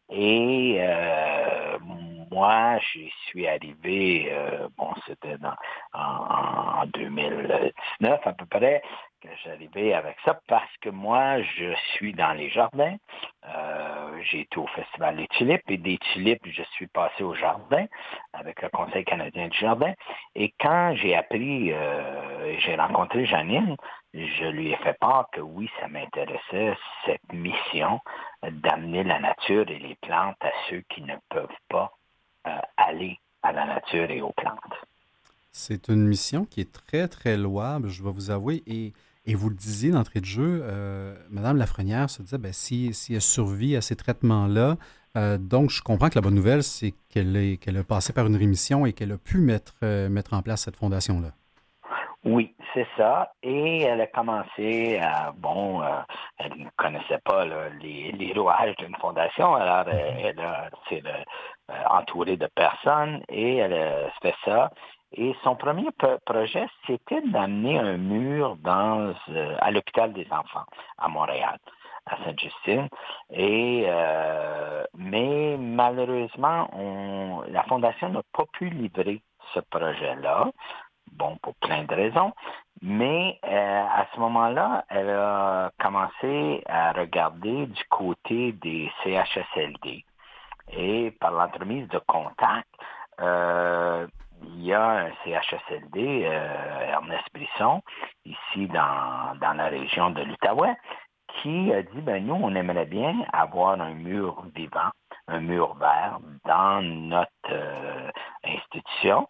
Et euh, moi, j'y suis arrivé, euh, bon, c'était dans, en, en deux mille dix-neuf à peu près, que j'arrivais avec ça, parce que moi, je suis dans les jardins. Euh, j'ai été au Festival des Tulipes, et des Tulipes, je suis passé au jardin, avec le Conseil canadien du jardin. Et quand j'ai appris, euh, j'ai rencontré Janine, je lui ai fait part que oui, ça m'intéressait, cette mission d'amener la nature et les plantes à ceux qui ne peuvent pas euh, aller à la nature et aux plantes. C'est une mission qui est très, très louable, je dois vous avouer. Et, et vous le disiez d'entrée de jeu, euh, Mme Lafrenière se disait, ben, si, si elle survit à ces traitements-là, euh, donc je comprends que la bonne nouvelle, c'est qu'elle, est, qu'elle a passé par une rémission et qu'elle a pu mettre, euh, mettre en place cette fondation-là. Oui, c'est ça. Et elle a commencé à, bon, euh, elle ne connaissait pas là, les, les rouages d'une fondation, alors elle, elle a s'est euh, entourée de personnes et elle a fait ça. Et son premier p- projet, c'était d'amener un mur dans, euh, à l'hôpital des enfants à Montréal, à Sainte-Justine. Et euh, mais malheureusement, on, la fondation n'a pas pu livrer ce projet-là. Bon, pour plein de raisons, mais euh, à ce moment-là, elle a commencé à regarder du côté des C H S L D. Et par l'entremise de contacts, euh, il y a un C H S L D, euh, Ernest Brisson, ici dans, dans la région de l'Outaouais, qui a dit, ben nous, on aimerait bien avoir un mur vivant, un mur vert dans notre euh, institution.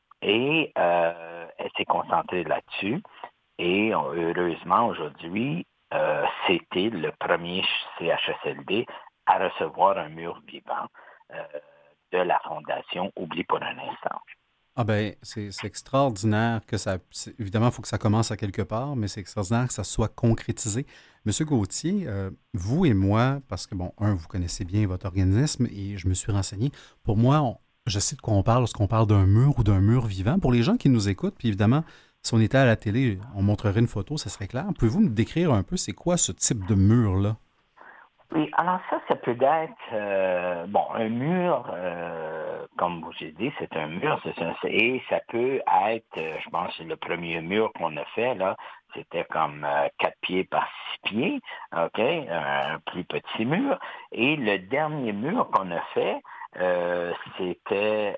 Et euh, elle s'est concentrée là-dessus. Et heureusement, aujourd'hui, euh, c'était le premier C H S L D à recevoir un mur vivant euh, de la Fondation Oublie pour un instant. Ah ben, c'est, c'est extraordinaire que ça... Évidemment, il faut que ça commence à quelque part, mais c'est extraordinaire que ça soit concrétisé. Monsieur Gauthier, euh, vous et moi, parce que, bon, un, vous connaissez bien votre organisme et je me suis renseigné. Pour moi, on, je sais de quoi on parle lorsqu'on parle d'un mur ou d'un mur vivant. Pour les gens qui nous écoutent, puis évidemment, si on était à la télé, on montrerait une photo, ça serait clair. Pouvez-vous me décrire un peu c'est quoi ce type de mur-là? Oui, alors ça, ça peut être, euh, bon, un mur, euh, comme j'ai dit, c'est un mur, c'est un, et ça peut être, euh, je pense, le premier mur qu'on a fait, là, c'était comme euh, quatre pieds par six pieds, OK, un plus petit mur, et le dernier mur qu'on a fait, euh, c'était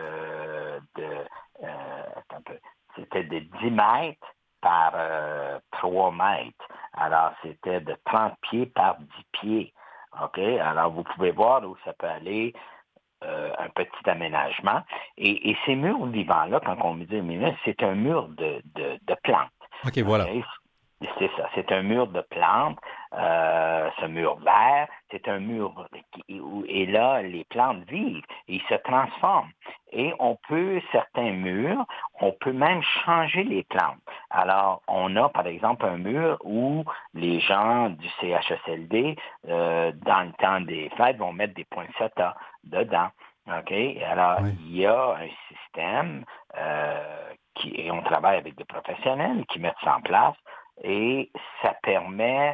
euh, de, euh, attends un peu, c'était de dix mètres par euh, trois mètres. Alors, c'était de trente pieds par dix pieds. OK? Alors, vous pouvez voir où ça peut aller, euh, un petit aménagement. Et, et ces murs vivants-là, quand on me dit, mais c'est un mur de, de, de plantes. OK, voilà. Okay? C'est ça, c'est un mur de plantes, euh, ce mur vert, c'est un mur qui, où, et là, les plantes vivent, et ils se transforment. Et on peut, certains murs, on peut même changer les plantes. Alors, on a, par exemple, un mur où les gens du C H S L D, euh, dans le temps des fêtes, vont mettre des poinsettias dedans. OK? Alors, oui. Il y a un système, euh, qui, et on travaille avec des professionnels qui mettent ça en place, et ça permet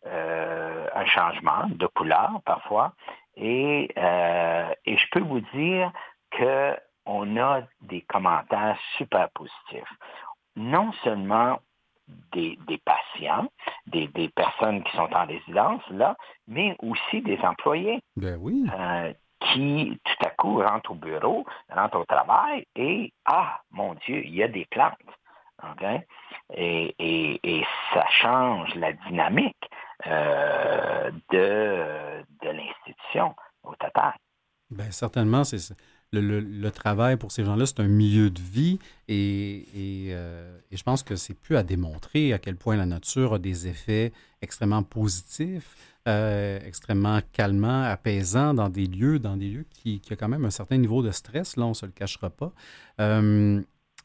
euh, un changement de couleur parfois. Et, euh, et je peux vous dire qu'on a des commentaires super positifs. Non seulement des, des patients, des, des personnes qui sont en résidence, là, mais aussi des employés. Ben oui. Euh, qui, tout à coup, rentre au bureau, rentre au travail et, ah, mon Dieu, il y a des plantes. Okay? Et, et, et ça change la dynamique euh, de, de l'institution au total. Bien, certainement, c'est le, le, le travail pour ces gens-là, c'est un milieu de vie et, et, euh, et je pense que c'est plus à démontrer à quel point la nature a des effets extrêmement positifs, euh, extrêmement calmants, apaisants dans des lieux, dans des lieux qui, qui ont quand même un certain niveau de stress, là, on ne se le cachera pas. Euh,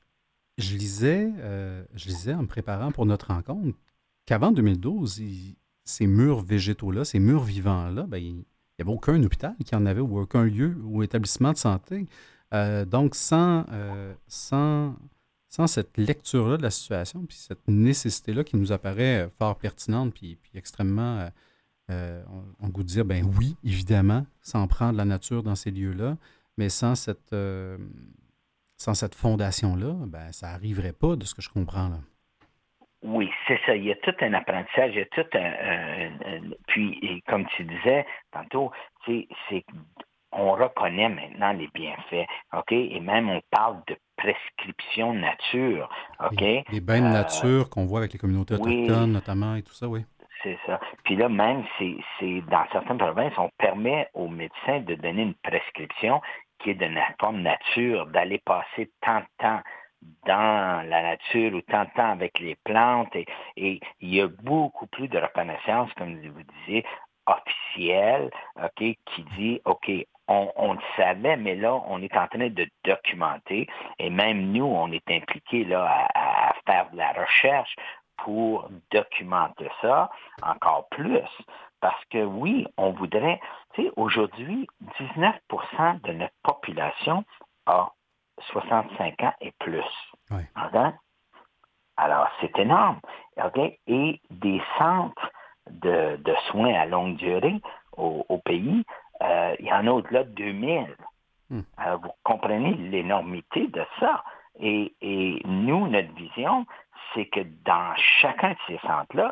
je lisais, euh, je lisais en me préparant pour notre rencontre qu'avant deux mille douze, il, ces murs végétaux-là, ces murs vivants-là, bien, il n'y avait aucun hôpital qui en avait ou aucun lieu ou établissement de santé. Euh, donc, sans, euh, sans, sans cette lecture-là de la situation, puis cette nécessité-là qui nous apparaît fort pertinente, puis, puis extrêmement, euh, euh, on, on goûte de dire, ben oui, évidemment, s'en prendre la nature dans ces lieux-là, mais sans cette, euh, sans cette fondation-là, ben ça n'arriverait pas de ce que je comprends là. Oui, c'est ça. Il y a tout un apprentissage, il y a tout un... un, un puis, et comme tu disais tantôt, c'est, c'est on reconnaît maintenant les bienfaits, OK? Et même on parle de prescription nature, OK? Les, les bains de euh, nature qu'on voit avec les communautés autochtones, oui, notamment, et tout ça, oui. C'est ça. Puis là, même, c'est, c'est dans certaines provinces, on permet aux médecins de donner une prescription qui est de la forme nature, d'aller passer tant de temps dans la nature ou tant de temps avec les plantes. Et, et il y a beaucoup plus de reconnaissance, comme vous disiez, officielle, OK, qui dit, OK, on, on le savait, mais là, on est en train de documenter. Et même nous, on est impliqués là, à, à faire de la recherche pour documenter ça encore plus. Parce que oui, on voudrait, tu sais, aujourd'hui, dix-neuf pour cent de notre population a soixante-cinq ans et plus. Oui. Okay? Alors, c'est énorme. Okay? Et des centres de, de soins à longue durée au, au pays, euh, il y en a au-delà de deux mille. Hmm. Alors, vous comprenez l'énormité de ça. Et, et nous, notre vision, c'est que dans chacun de ces centres-là,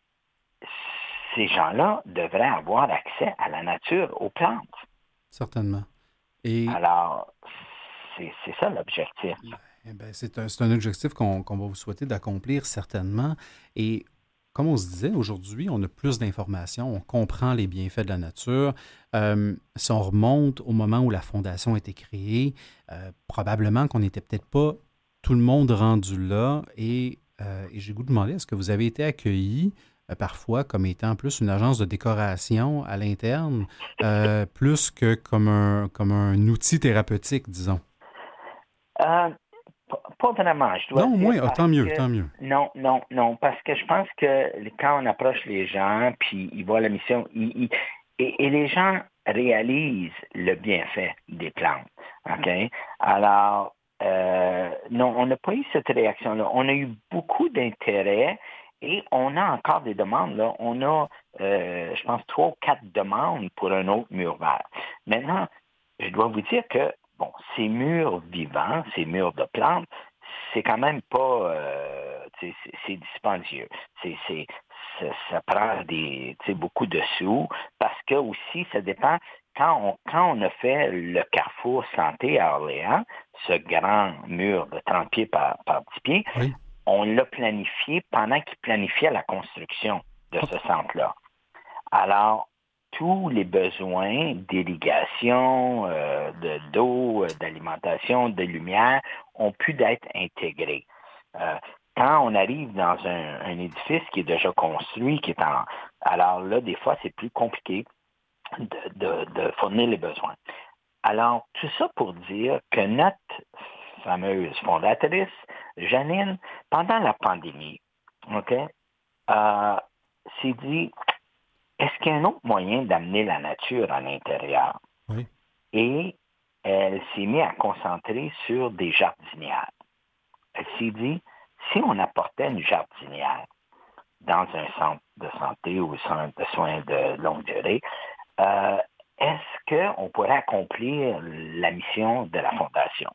ces gens-là devraient avoir accès à la nature, aux plantes. Certainement. Et... Alors, c'est, c'est ça l'objectif. Eh bien, c'est, un, c'est un objectif qu'on, qu'on va vous souhaiter d'accomplir certainement. Et comme on se disait, aujourd'hui, on a plus d'informations, on comprend les bienfaits de la nature. Euh, si on remonte au moment où la Fondation a été créée, euh, probablement qu'on n'était peut-être pas tout le monde rendu là. Et, euh, et j'ai goût de demander, est-ce que vous avez été accueillis euh, parfois comme étant plus une agence de décoration à l'interne, euh, plus que comme un, comme un outil thérapeutique, disons? Euh, pas vraiment, je dois non, dire. Non, moins, tant mieux, que, tant mieux. Non, non, non, parce que je pense que quand on approche les gens, puis ils voient la mission, ils, ils, et, et les gens réalisent le bienfait des plantes, OK? Alors, euh, non, on n'a pas eu cette réaction-là. On a eu beaucoup d'intérêt et on a encore des demandes. Là. On a, euh, je pense, trois ou quatre demandes pour un autre mur vert. Maintenant, je dois vous dire que bon, ces murs vivants, ces murs de plantes, c'est quand même pas, euh, c'est, c'est dispendieux. C'est, c'est, ça, ça prend des, beaucoup de sous parce que aussi, ça dépend. Quand on, quand on a fait le Carrefour Santé à Orléans, ce grand mur de trente pieds par, par dix pieds, oui. On l'a planifié pendant qu'il planifiait la construction de ce centre-là. Alors, tous les besoins d'irrigation, euh, de, d'eau, d'alimentation, de lumière ont pu être intégrés. Euh, quand on arrive dans un, un édifice qui est déjà construit, qui est en... Alors là, des fois, c'est plus compliqué de, de, de fournir les besoins. Alors, tout ça pour dire que notre fameuse fondatrice, Janine, pendant la pandémie, OK, euh, s'est dit... Est-ce qu'il y a un autre moyen d'amener la nature à l'intérieur? Oui. Et elle s'est mise à concentrer sur des jardinières. Elle s'est dit, si on apportait une jardinière dans un centre de santé ou un centre de soins de longue durée, euh, est-ce qu'on pourrait accomplir la mission de la Fondation?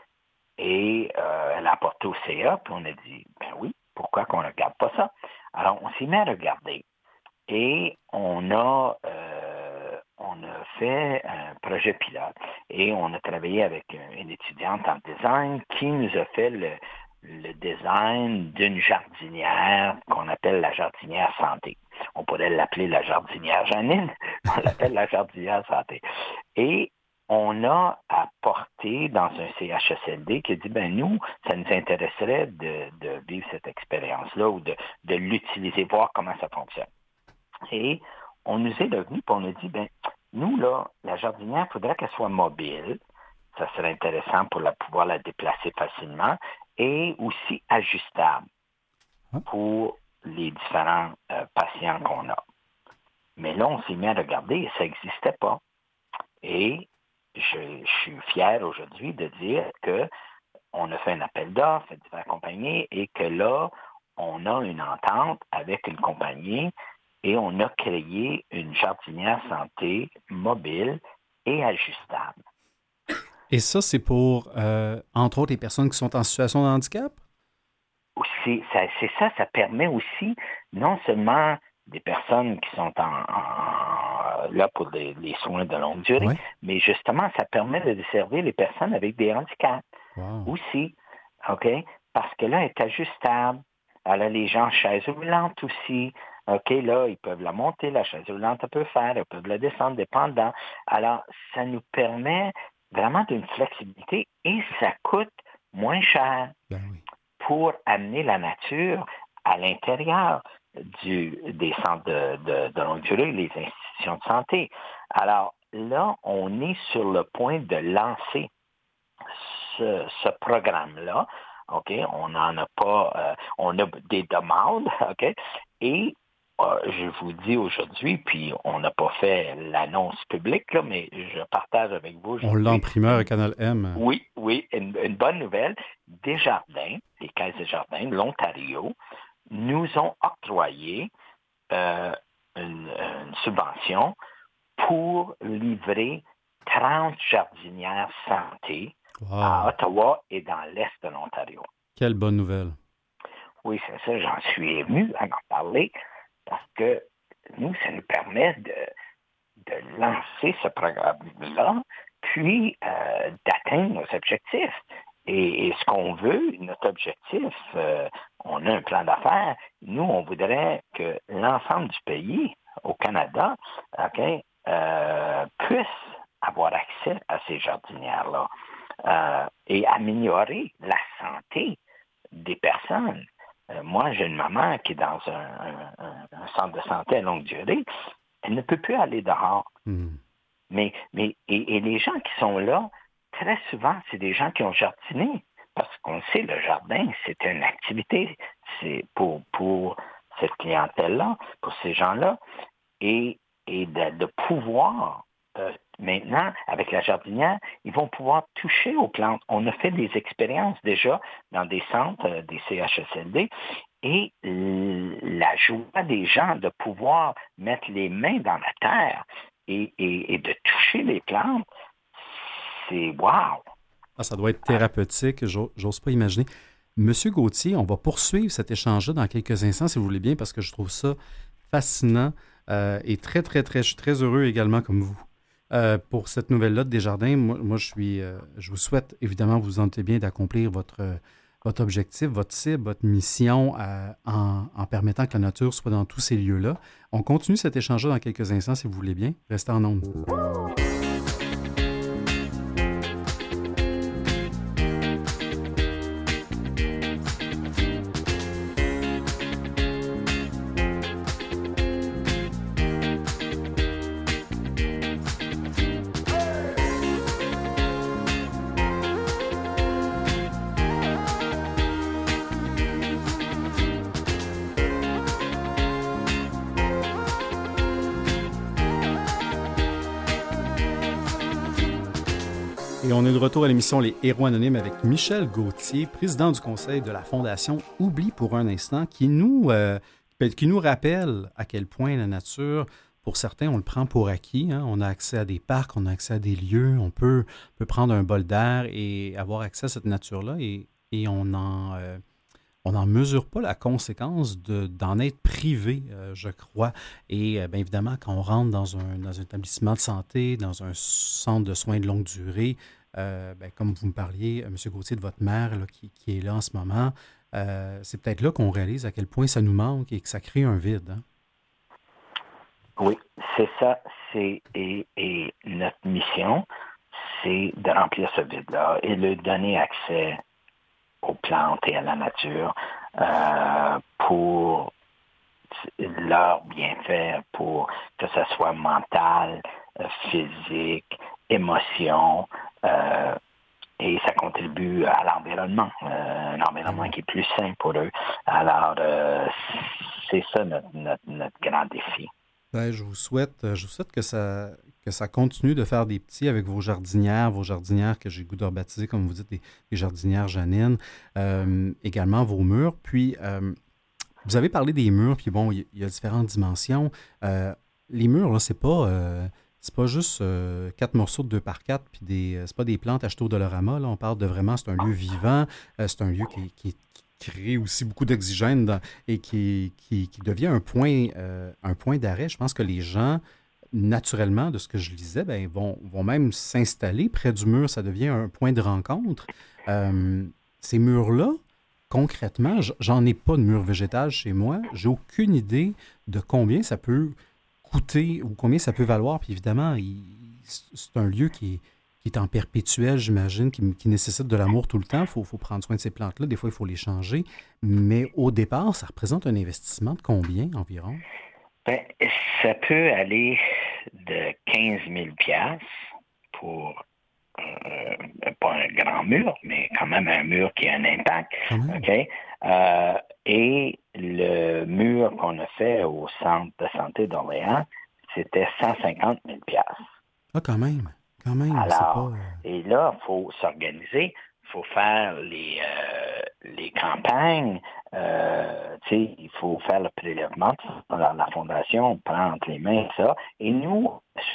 Et euh, elle a apporté au C A, puis on a dit, ben oui, pourquoi qu'on ne regarde pas ça? Alors, on s'est mis à regarder. Et on a, euh, on a fait un projet pilote et on a travaillé avec une étudiante en design qui nous a fait le, le design d'une jardinière qu'on appelle la jardinière santé. On pourrait l'appeler la jardinière Janine, on l'appelle la jardinière santé. Et on a apporté dans un C H S L D qui a dit, ben nous, ça nous intéresserait de, de vivre cette expérience-là ou de, de l'utiliser, voir comment ça fonctionne. Et on nous est revenu et on a dit, ben nous, là, la jardinière, il faudrait qu'elle soit mobile. Ça serait intéressant pour la, pouvoir la déplacer facilement et aussi ajustable pour les différents euh, patients qu'on a. Mais là, on s'est mis à regarder et ça n'existait pas. Et je, je suis fier aujourd'hui de dire qu'on a fait un appel d'offres à différentes compagnies et que là, on a une entente avec une compagnie et on a créé une jardinière santé mobile et ajustable. Et ça, c'est pour, euh, entre autres, les personnes qui sont en situation de handicap? C'est ça, c'est ça, ça permet aussi non seulement des personnes qui sont en, en, là pour des, les soins de longue durée, oui. mais justement, ça permet de desservir les personnes avec des handicaps wow. aussi, OK? Parce que là, elle est ajustable. Alors, les gens en chaise roulante aussi, OK, là, ils peuvent la monter, la chaise roulante, elle peut faire, ils peuvent la descendre, dépendant. Alors, ça nous permet vraiment d'une flexibilité et ça coûte moins cher ben oui. pour amener la nature à l'intérieur du, des centres de, de, de longue durée, les institutions de santé. Alors là, on est sur le point de lancer ce, ce programme-là. OK, on n'en a pas, euh, on a des demandes, OK, et euh, je vous dis aujourd'hui, puis on n'a pas fait l'annonce publique, là, mais je partage avec vous aujourd'hui. On l'a en primeur à Canal M. Oui, oui, une, une bonne nouvelle. Desjardins, les Caisses Desjardins de l'Ontario, nous ont octroyé euh, une, une subvention pour livrer trente jardinières santé wow. à Ottawa et dans l'Est de l'Ontario. Quelle bonne nouvelle. Oui, c'est ça, j'en suis ému à en parler parce que nous, ça nous permet de, de lancer ce programme-là, puis euh, d'atteindre nos objectifs. Et, et ce qu'on veut, notre objectif, euh, on a un plan d'affaires. Nous, on voudrait que l'ensemble du pays, au Canada, okay, euh, puisse avoir accès à ces jardinières-là euh, et améliorer la santé des personnes. Euh, moi, j'ai une maman qui est dans un, un, un centre de santé à longue durée. Elle ne peut plus aller dehors. Mm. Mais, mais et, et les gens qui sont là, très souvent, c'est des gens qui ont jardiné. Parce qu'on sait, le jardin, c'est une activité. C'est pour, pour cette clientèle-là, pour ces gens-là. Et, et de, de pouvoir, euh, maintenant, avec la jardinière, ils vont pouvoir toucher aux plantes. On a fait des expériences déjà dans des centres, euh, des C H S L D, et la joie des gens de pouvoir mettre les mains dans la terre et, et, et de toucher les plantes, c'est wow! Ah, ça doit être thérapeutique, j'ose pas imaginer. Monsieur Gauthier, on va poursuivre cet échange-là dans quelques instants, si vous voulez bien, parce que je trouve ça fascinant euh, et très, très, très, je suis très heureux également comme vous. Euh, pour cette nouvelle-là de Desjardins, moi, moi je suis, euh, je vous souhaite évidemment, vous vous sentez bien d'accomplir votre, euh, votre objectif, votre cible, votre mission euh, en, en permettant que la nature soit dans tous ces lieux-là. On continue cet échange-là dans quelques instants, si vous voulez bien. Restez en ondes. Et on est de retour à l'émission Les Héros Anonymes avec Michel Gauthier, président du conseil de la Fondation Oublie pour un instant, qui nous, euh, qui nous rappelle à quel point la nature, pour certains, on le prend pour acquis. Hein? On a accès à des parcs, on a accès à des lieux, on peut, peut prendre un bol d'air et avoir accès à cette nature-là et, et on en... Euh, on n'en mesure pas la conséquence de, d'en être privé, euh, je crois. Et euh, bien évidemment, quand on rentre dans un, dans un établissement de santé, dans un centre de soins de longue durée, euh, bien, comme vous me parliez, M. Gauthier, de votre mère là, qui, qui est là en ce moment, euh, c'est peut-être là qu'on réalise à quel point ça nous manque et que ça crée un vide. Hein? Oui, c'est ça. C'est, et, et notre mission, c'est de remplir ce vide-là et de donner accès aux plantes et à la nature euh, pour leur bienfait, pour que ce soit mental, euh, physique, émotion, euh, et ça contribue à l'environnement, euh, un environnement qui est plus sain pour eux. Alors, euh, c'est ça notre, notre, notre grand défi. Ben, je vous souhaite, je vous souhaite que ça, que ça continue de faire des petits avec vos jardinières, vos jardinières que j'ai le goût de rebaptiser, comme vous dites, les, les jardinières Janine, euh, également vos murs. Puis, euh, vous avez parlé des murs, puis bon, il y, y a différentes dimensions. Euh, les murs, là, c'est pas, euh, c'est pas juste euh, quatre morceaux de deux par quatre, puis des, c'est pas des plantes achetées au Dollarama, là. On parle de vraiment, c'est un lieu vivant, euh, c'est un lieu qui, qui, qui crée aussi beaucoup d'oxygène dans, et qui, qui, qui devient un point, euh, un point d'arrêt. Je pense que les gens, naturellement, de ce que je lisais, ben, vont, vont même s'installer près du mur. Ça devient un point de rencontre. Euh, ces murs-là, concrètement, j'en ai pas de mur végétal chez moi. J'ai aucune idée de combien ça peut coûter ou combien ça peut valoir. Puis évidemment, il, c'est un lieu qui est, qui est en perpétuel, j'imagine, qui, qui nécessite de l'amour tout le temps. Il faut, faut prendre soin de ces plantes-là. Des fois, il faut les changer. Mais au départ, ça représente un investissement de combien environ? Ben, ça peut aller de quinze mille dollars pour euh, pas un grand mur, mais quand même un mur qui a un impact. Mmh. OK? Euh, et le mur qu'on a fait au centre de santé d'Orléans, c'était cent cinquante mille dollars. Ah, quand même. Quand même. Alors, pas... et là, il faut s'organiser, il faut faire les, euh, les campagnes, euh, tu sais, il faut faire le prélèvement. Alors, la Fondation prend entre les mains ça. Et nous,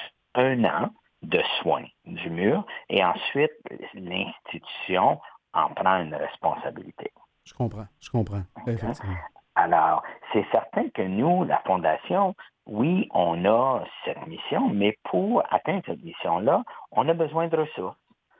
un an de soins du mur, et ensuite, l'institution en prend une responsabilité. Je comprends, je comprends, effectivement. Alors, c'est certain que nous, la Fondation, oui, on a cette mission, mais pour atteindre cette mission-là, on a besoin de ressources.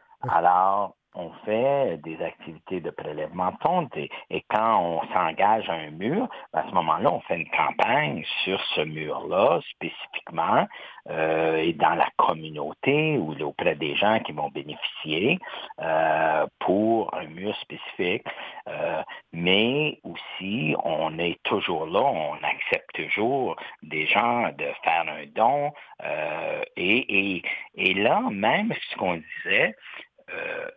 Alors, on fait des activités de prélèvement de fonte et, et quand on s'engage à un mur, à ce moment-là, on fait une campagne sur ce mur-là spécifiquement euh, et dans la communauté ou auprès des gens qui vont bénéficier euh, pour un mur spécifique. Euh, mais aussi, on est toujours là, on accepte toujours des gens de faire un don. Euh, et, et, et là, même ce qu'on disait, euh,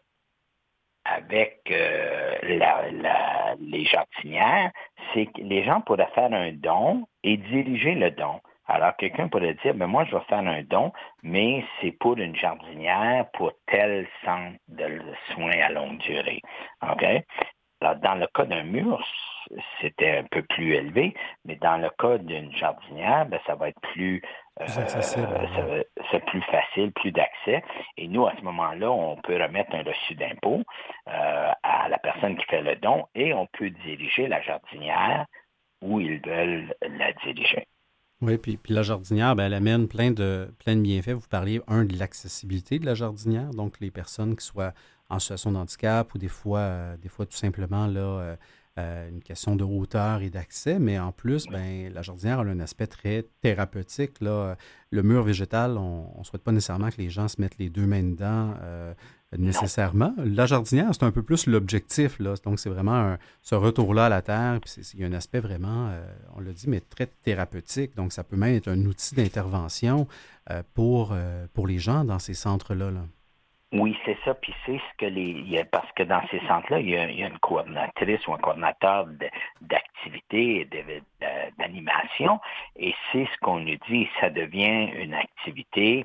avec euh, la, la, les jardinières, c'est que les gens pourraient faire un don et diriger le don. Alors, quelqu'un pourrait dire, ben moi, je vais faire un don, mais c'est pour une jardinière, pour tel centre de soins à longue durée. OK? Alors, dans le cas d'un mur, c'était un peu plus élevé, mais dans le cas d'une jardinière, ben, ça va être plus, euh, ça va, c'est plus facile, plus d'accès. Et nous, à ce moment-là, on peut remettre un reçu d'impôt euh, à la personne qui fait le don et on peut diriger la jardinière où ils veulent la diriger. Oui, puis, puis la jardinière, ben, elle amène plein de, plein de bienfaits. Vous parliez, un, de l'accessibilité de la jardinière, donc les personnes qui soient en situation de handicap ou des fois, euh, des fois tout simplement là, euh, euh, une question de hauteur et d'accès, mais en plus, ben, la jardinière a un aspect très thérapeutique. Là. Le mur végétal, on ne souhaite pas nécessairement que les gens se mettent les deux mains dedans euh, nécessairement. La jardinière, c'est un peu plus l'objectif. Là. Donc, c'est vraiment un, ce retour-là à la terre. Puis il y a un aspect vraiment, euh, on l'a dit, mais très thérapeutique. Donc, ça peut même être un outil d'intervention euh, pour, euh, pour les gens dans ces centres-là. Là. Oui, c'est ça. Puis c'est ce que les. Parce que dans ces centres-là, il y a, il y a une coordinatrice ou un coordinateur de, d'activité et de, de, d'animation. Et c'est ce qu'on nous dit. Ça devient une activité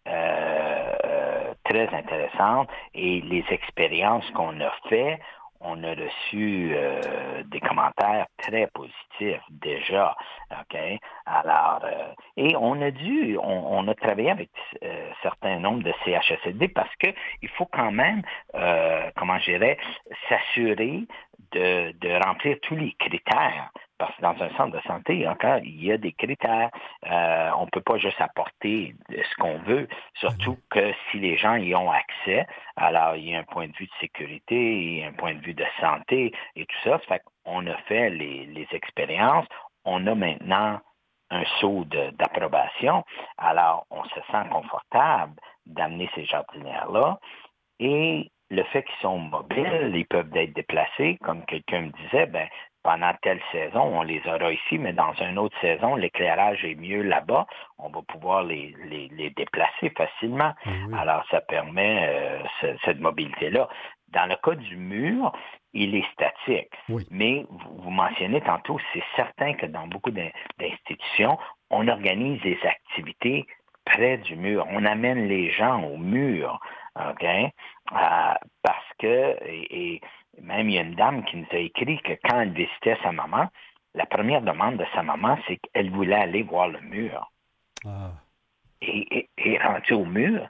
euh, très intéressante. Et les expériences qu'on a faites, on a reçu euh, des commentaires très positifs déjà. OK? Alors, euh, et on a dû, on, on a travaillé avec euh, certains nombres de C H S L D parce qu'il faut quand même, euh, comment je dirais, s'assurer de, de remplir tous les critères. Parce que dans un centre de santé, encore, il y a des critères. Euh, on ne peut pas juste apporter ce qu'on veut, surtout que si les gens y ont accès, alors il y a un point de vue de sécurité, il y a un point de vue de santé et tout ça. Ça fait qu'on a fait les, les expériences. On a maintenant un saut de, d'approbation. Alors, on se sent confortable d'amener ces jardinières-là. Et le fait qu'ils sont mobiles, ils peuvent être déplacés, comme quelqu'un me disait, ben pendant telle saison, on les aura ici, mais dans une autre saison, l'éclairage est mieux là-bas. On va pouvoir les, les, les déplacer facilement. Oui. Alors, ça permet euh, ce, cette mobilité-là. Dans le cas du mur, il est statique. Oui. Mais vous, vous mentionnez tantôt, c'est certain que dans beaucoup d'institutions, on organise des activités près du mur. On amène les gens au mur, OK? Euh, parce que, et, et même il y a une dame qui nous a écrit que quand elle visitait sa maman, la première demande de sa maman, c'est qu'elle voulait aller voir le mur. Ah. Et, et, et rendue au mur,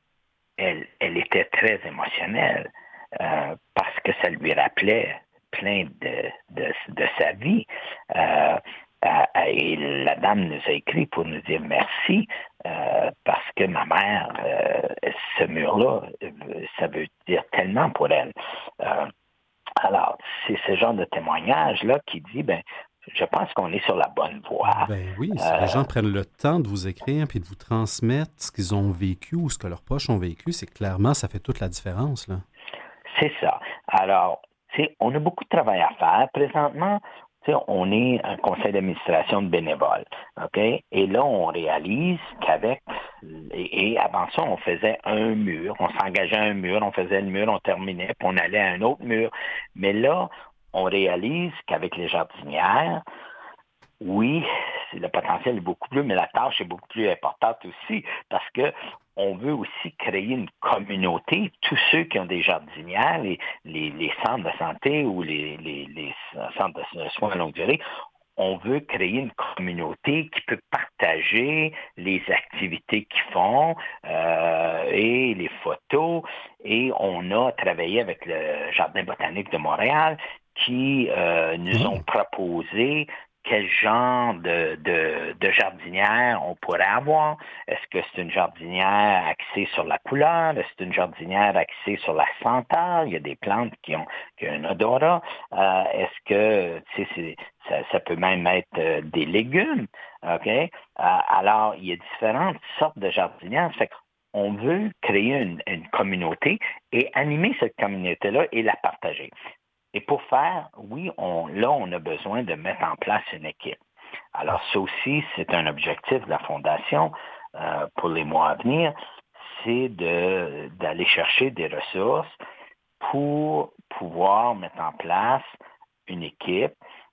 elle, elle était très émotionnelle euh, parce que ça lui rappelait plein de, de, de sa vie. Euh, Euh, et la dame nous a écrit pour nous dire merci euh, parce que ma mère, euh, ce mur-là, ça veut dire tellement pour elle. Euh, alors, c'est ce genre de témoignage-là qui dit, ben, je pense qu'on est sur la bonne voie. Ben oui, si euh, les gens prennent le temps de vous écrire puis de vous transmettre ce qu'ils ont vécu ou ce que leurs poches ont vécu, c'est clairement, ça fait toute la différence, là. C'est ça. Alors, tu sais, on a beaucoup de travail à faire. Présentement, on est un conseil d'administration de bénévoles, OK? Et là, on réalise qu'avec, et, et avant ça, on faisait un mur, on s'engageait à un mur, on faisait le mur, on terminait, puis on allait à un autre mur. Mais là, on réalise qu'avec les jardinières, oui, le potentiel est beaucoup plus, mais la tâche est beaucoup plus importante aussi, parce que on veut aussi créer une communauté. Tous ceux qui ont des jardinières, les, les, les centres de santé ou les, les, les centres de soins à longue durée, on veut créer une communauté qui peut partager les activités qu'ils font euh, et les photos. Et on a travaillé avec le Jardin botanique de Montréal qui euh, nous ont proposé quel genre de, de, de jardinière on pourrait avoir. Est-ce que c'est une jardinière axée sur la couleur? Est-ce que c'est une jardinière axée sur la senteur? Il y a des plantes qui ont, qui ont un odorat. Euh, est-ce que tu sais, c'est, ça, ça peut même être euh, des légumes? OK? Euh, alors, il y a différentes sortes de jardinières. Fait qu'on veut créer une, une communauté et animer cette communauté-là et la partager. Et pour faire, oui, on, là, on a besoin de mettre en place une équipe. Alors, ça aussi, c'est un objectif de la Fondation euh, pour les mois à venir, c'est de, d'aller chercher des ressources pour pouvoir mettre en place une équipe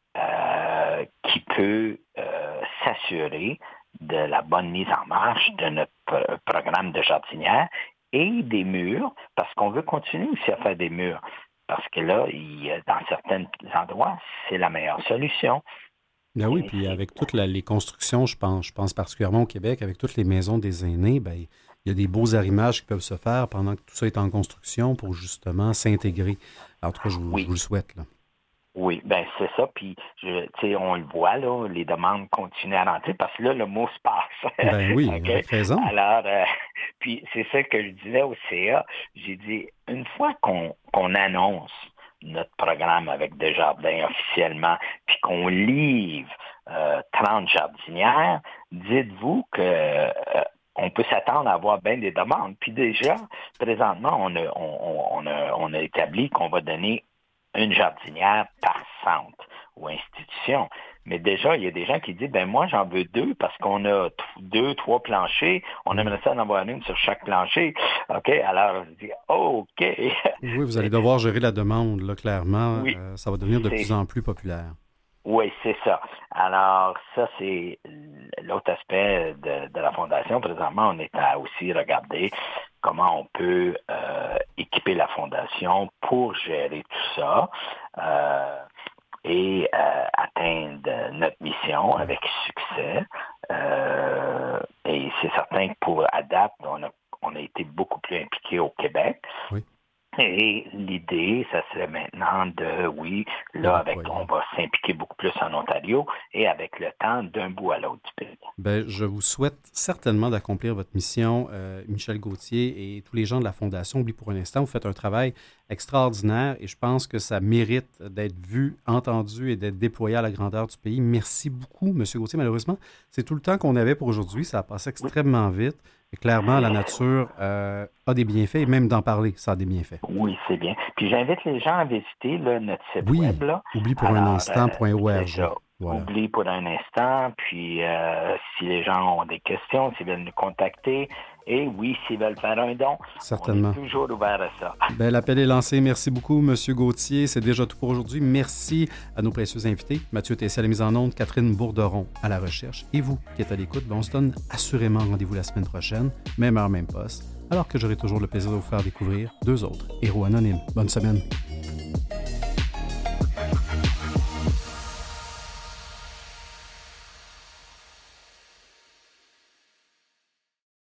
euh, qui peut euh, s'assurer de la bonne mise en marche de notre pro- programme de jardinière et des murs, parce qu'on veut continuer aussi à faire des murs. Parce que là, il, dans certains endroits, c'est la meilleure solution. Ben oui, puis avec toutes la, les constructions, je pense, je pense particulièrement au Québec, avec toutes les maisons des aînés, ben, il y a des beaux arrimages qui peuvent se faire pendant que tout ça est en construction pour justement s'intégrer. En tout cas, je vous, oui. je vous le souhaite, là. Oui, ben c'est ça. Puis, tu sais, on le voit, là, les demandes continuent à rentrer parce que là, le mot se passe. Ben oui, okay? Avec raison. Alors, euh, puis c'est ça que je disais au C A. J'ai dit, une fois qu'on, qu'on annonce notre programme avec Desjardins officiellement, puis qu'on livre euh, trente jardinières, dites-vous que euh, on peut s'attendre à avoir bien des demandes. Puis déjà, présentement, on a, on, on a, on a établi qu'on va donner une jardinière par centre ou institution. Mais déjà, il y a des gens qui disent, ben moi, j'en veux deux parce qu'on a t- deux, trois planchers. On aimerait ça en avoir une sur chaque plancher. OK? Alors, je dis, oh, OK. Oui, vous allez devoir gérer la demande, là, clairement. Oui, euh, ça va devenir de plus en plus populaire. Oui, c'est ça. Alors, ça, c'est l'autre aspect de, de la Fondation. Présentement, on est à aussi regarder comment on peut euh, équiper la Fondation pour gérer tout ça euh, et euh, atteindre notre mission avec succès. Euh, et c'est certain que pour A D A P, on a, on a été beaucoup plus impliqués au Québec. Oui. Et l'idée, ça serait maintenant de, oui, là, avec, on va s'impliquer beaucoup plus en Ontario et avec le temps, d'un bout à l'autre du pays. Bien, je vous souhaite certainement d'accomplir votre mission, euh, Michel Gauthier et tous les gens de la Fondation. Oublie pour un instant, vous faites un travail extraordinaire et je pense que ça mérite d'être vu, entendu et d'être déployé à la grandeur du pays. Merci beaucoup, M. Gauthier. Malheureusement, c'est tout le temps qu'on avait pour aujourd'hui. Ça a passé extrêmement vite. Et clairement, la nature euh, a des bienfaits et même d'en parler, ça a des bienfaits. Oui, c'est bien. Puis j'invite les gens à visiter là, notre site oui, web. Là. Oublie pour Alors, un instant point org. Euh, voilà. Oublie pour un instant. Puis euh, si les gens ont des questions, s'ils veulent nous contacter, et oui, s'ils veulent faire un don, certainement. On est toujours ouvert à ça. Bien, l'appel est lancé. Merci beaucoup, M. Gauthier. C'est déjà tout pour aujourd'hui. Merci à nos précieux invités. Mathieu Tessier à la mise en onde, Catherine Bourderon à la recherche. Et vous qui êtes à l'écoute, bien, on se donne assurément rendez-vous la semaine prochaine, même heure, même poste, alors que j'aurai toujours le plaisir de vous faire découvrir deux autres héros anonymes. Bonne semaine.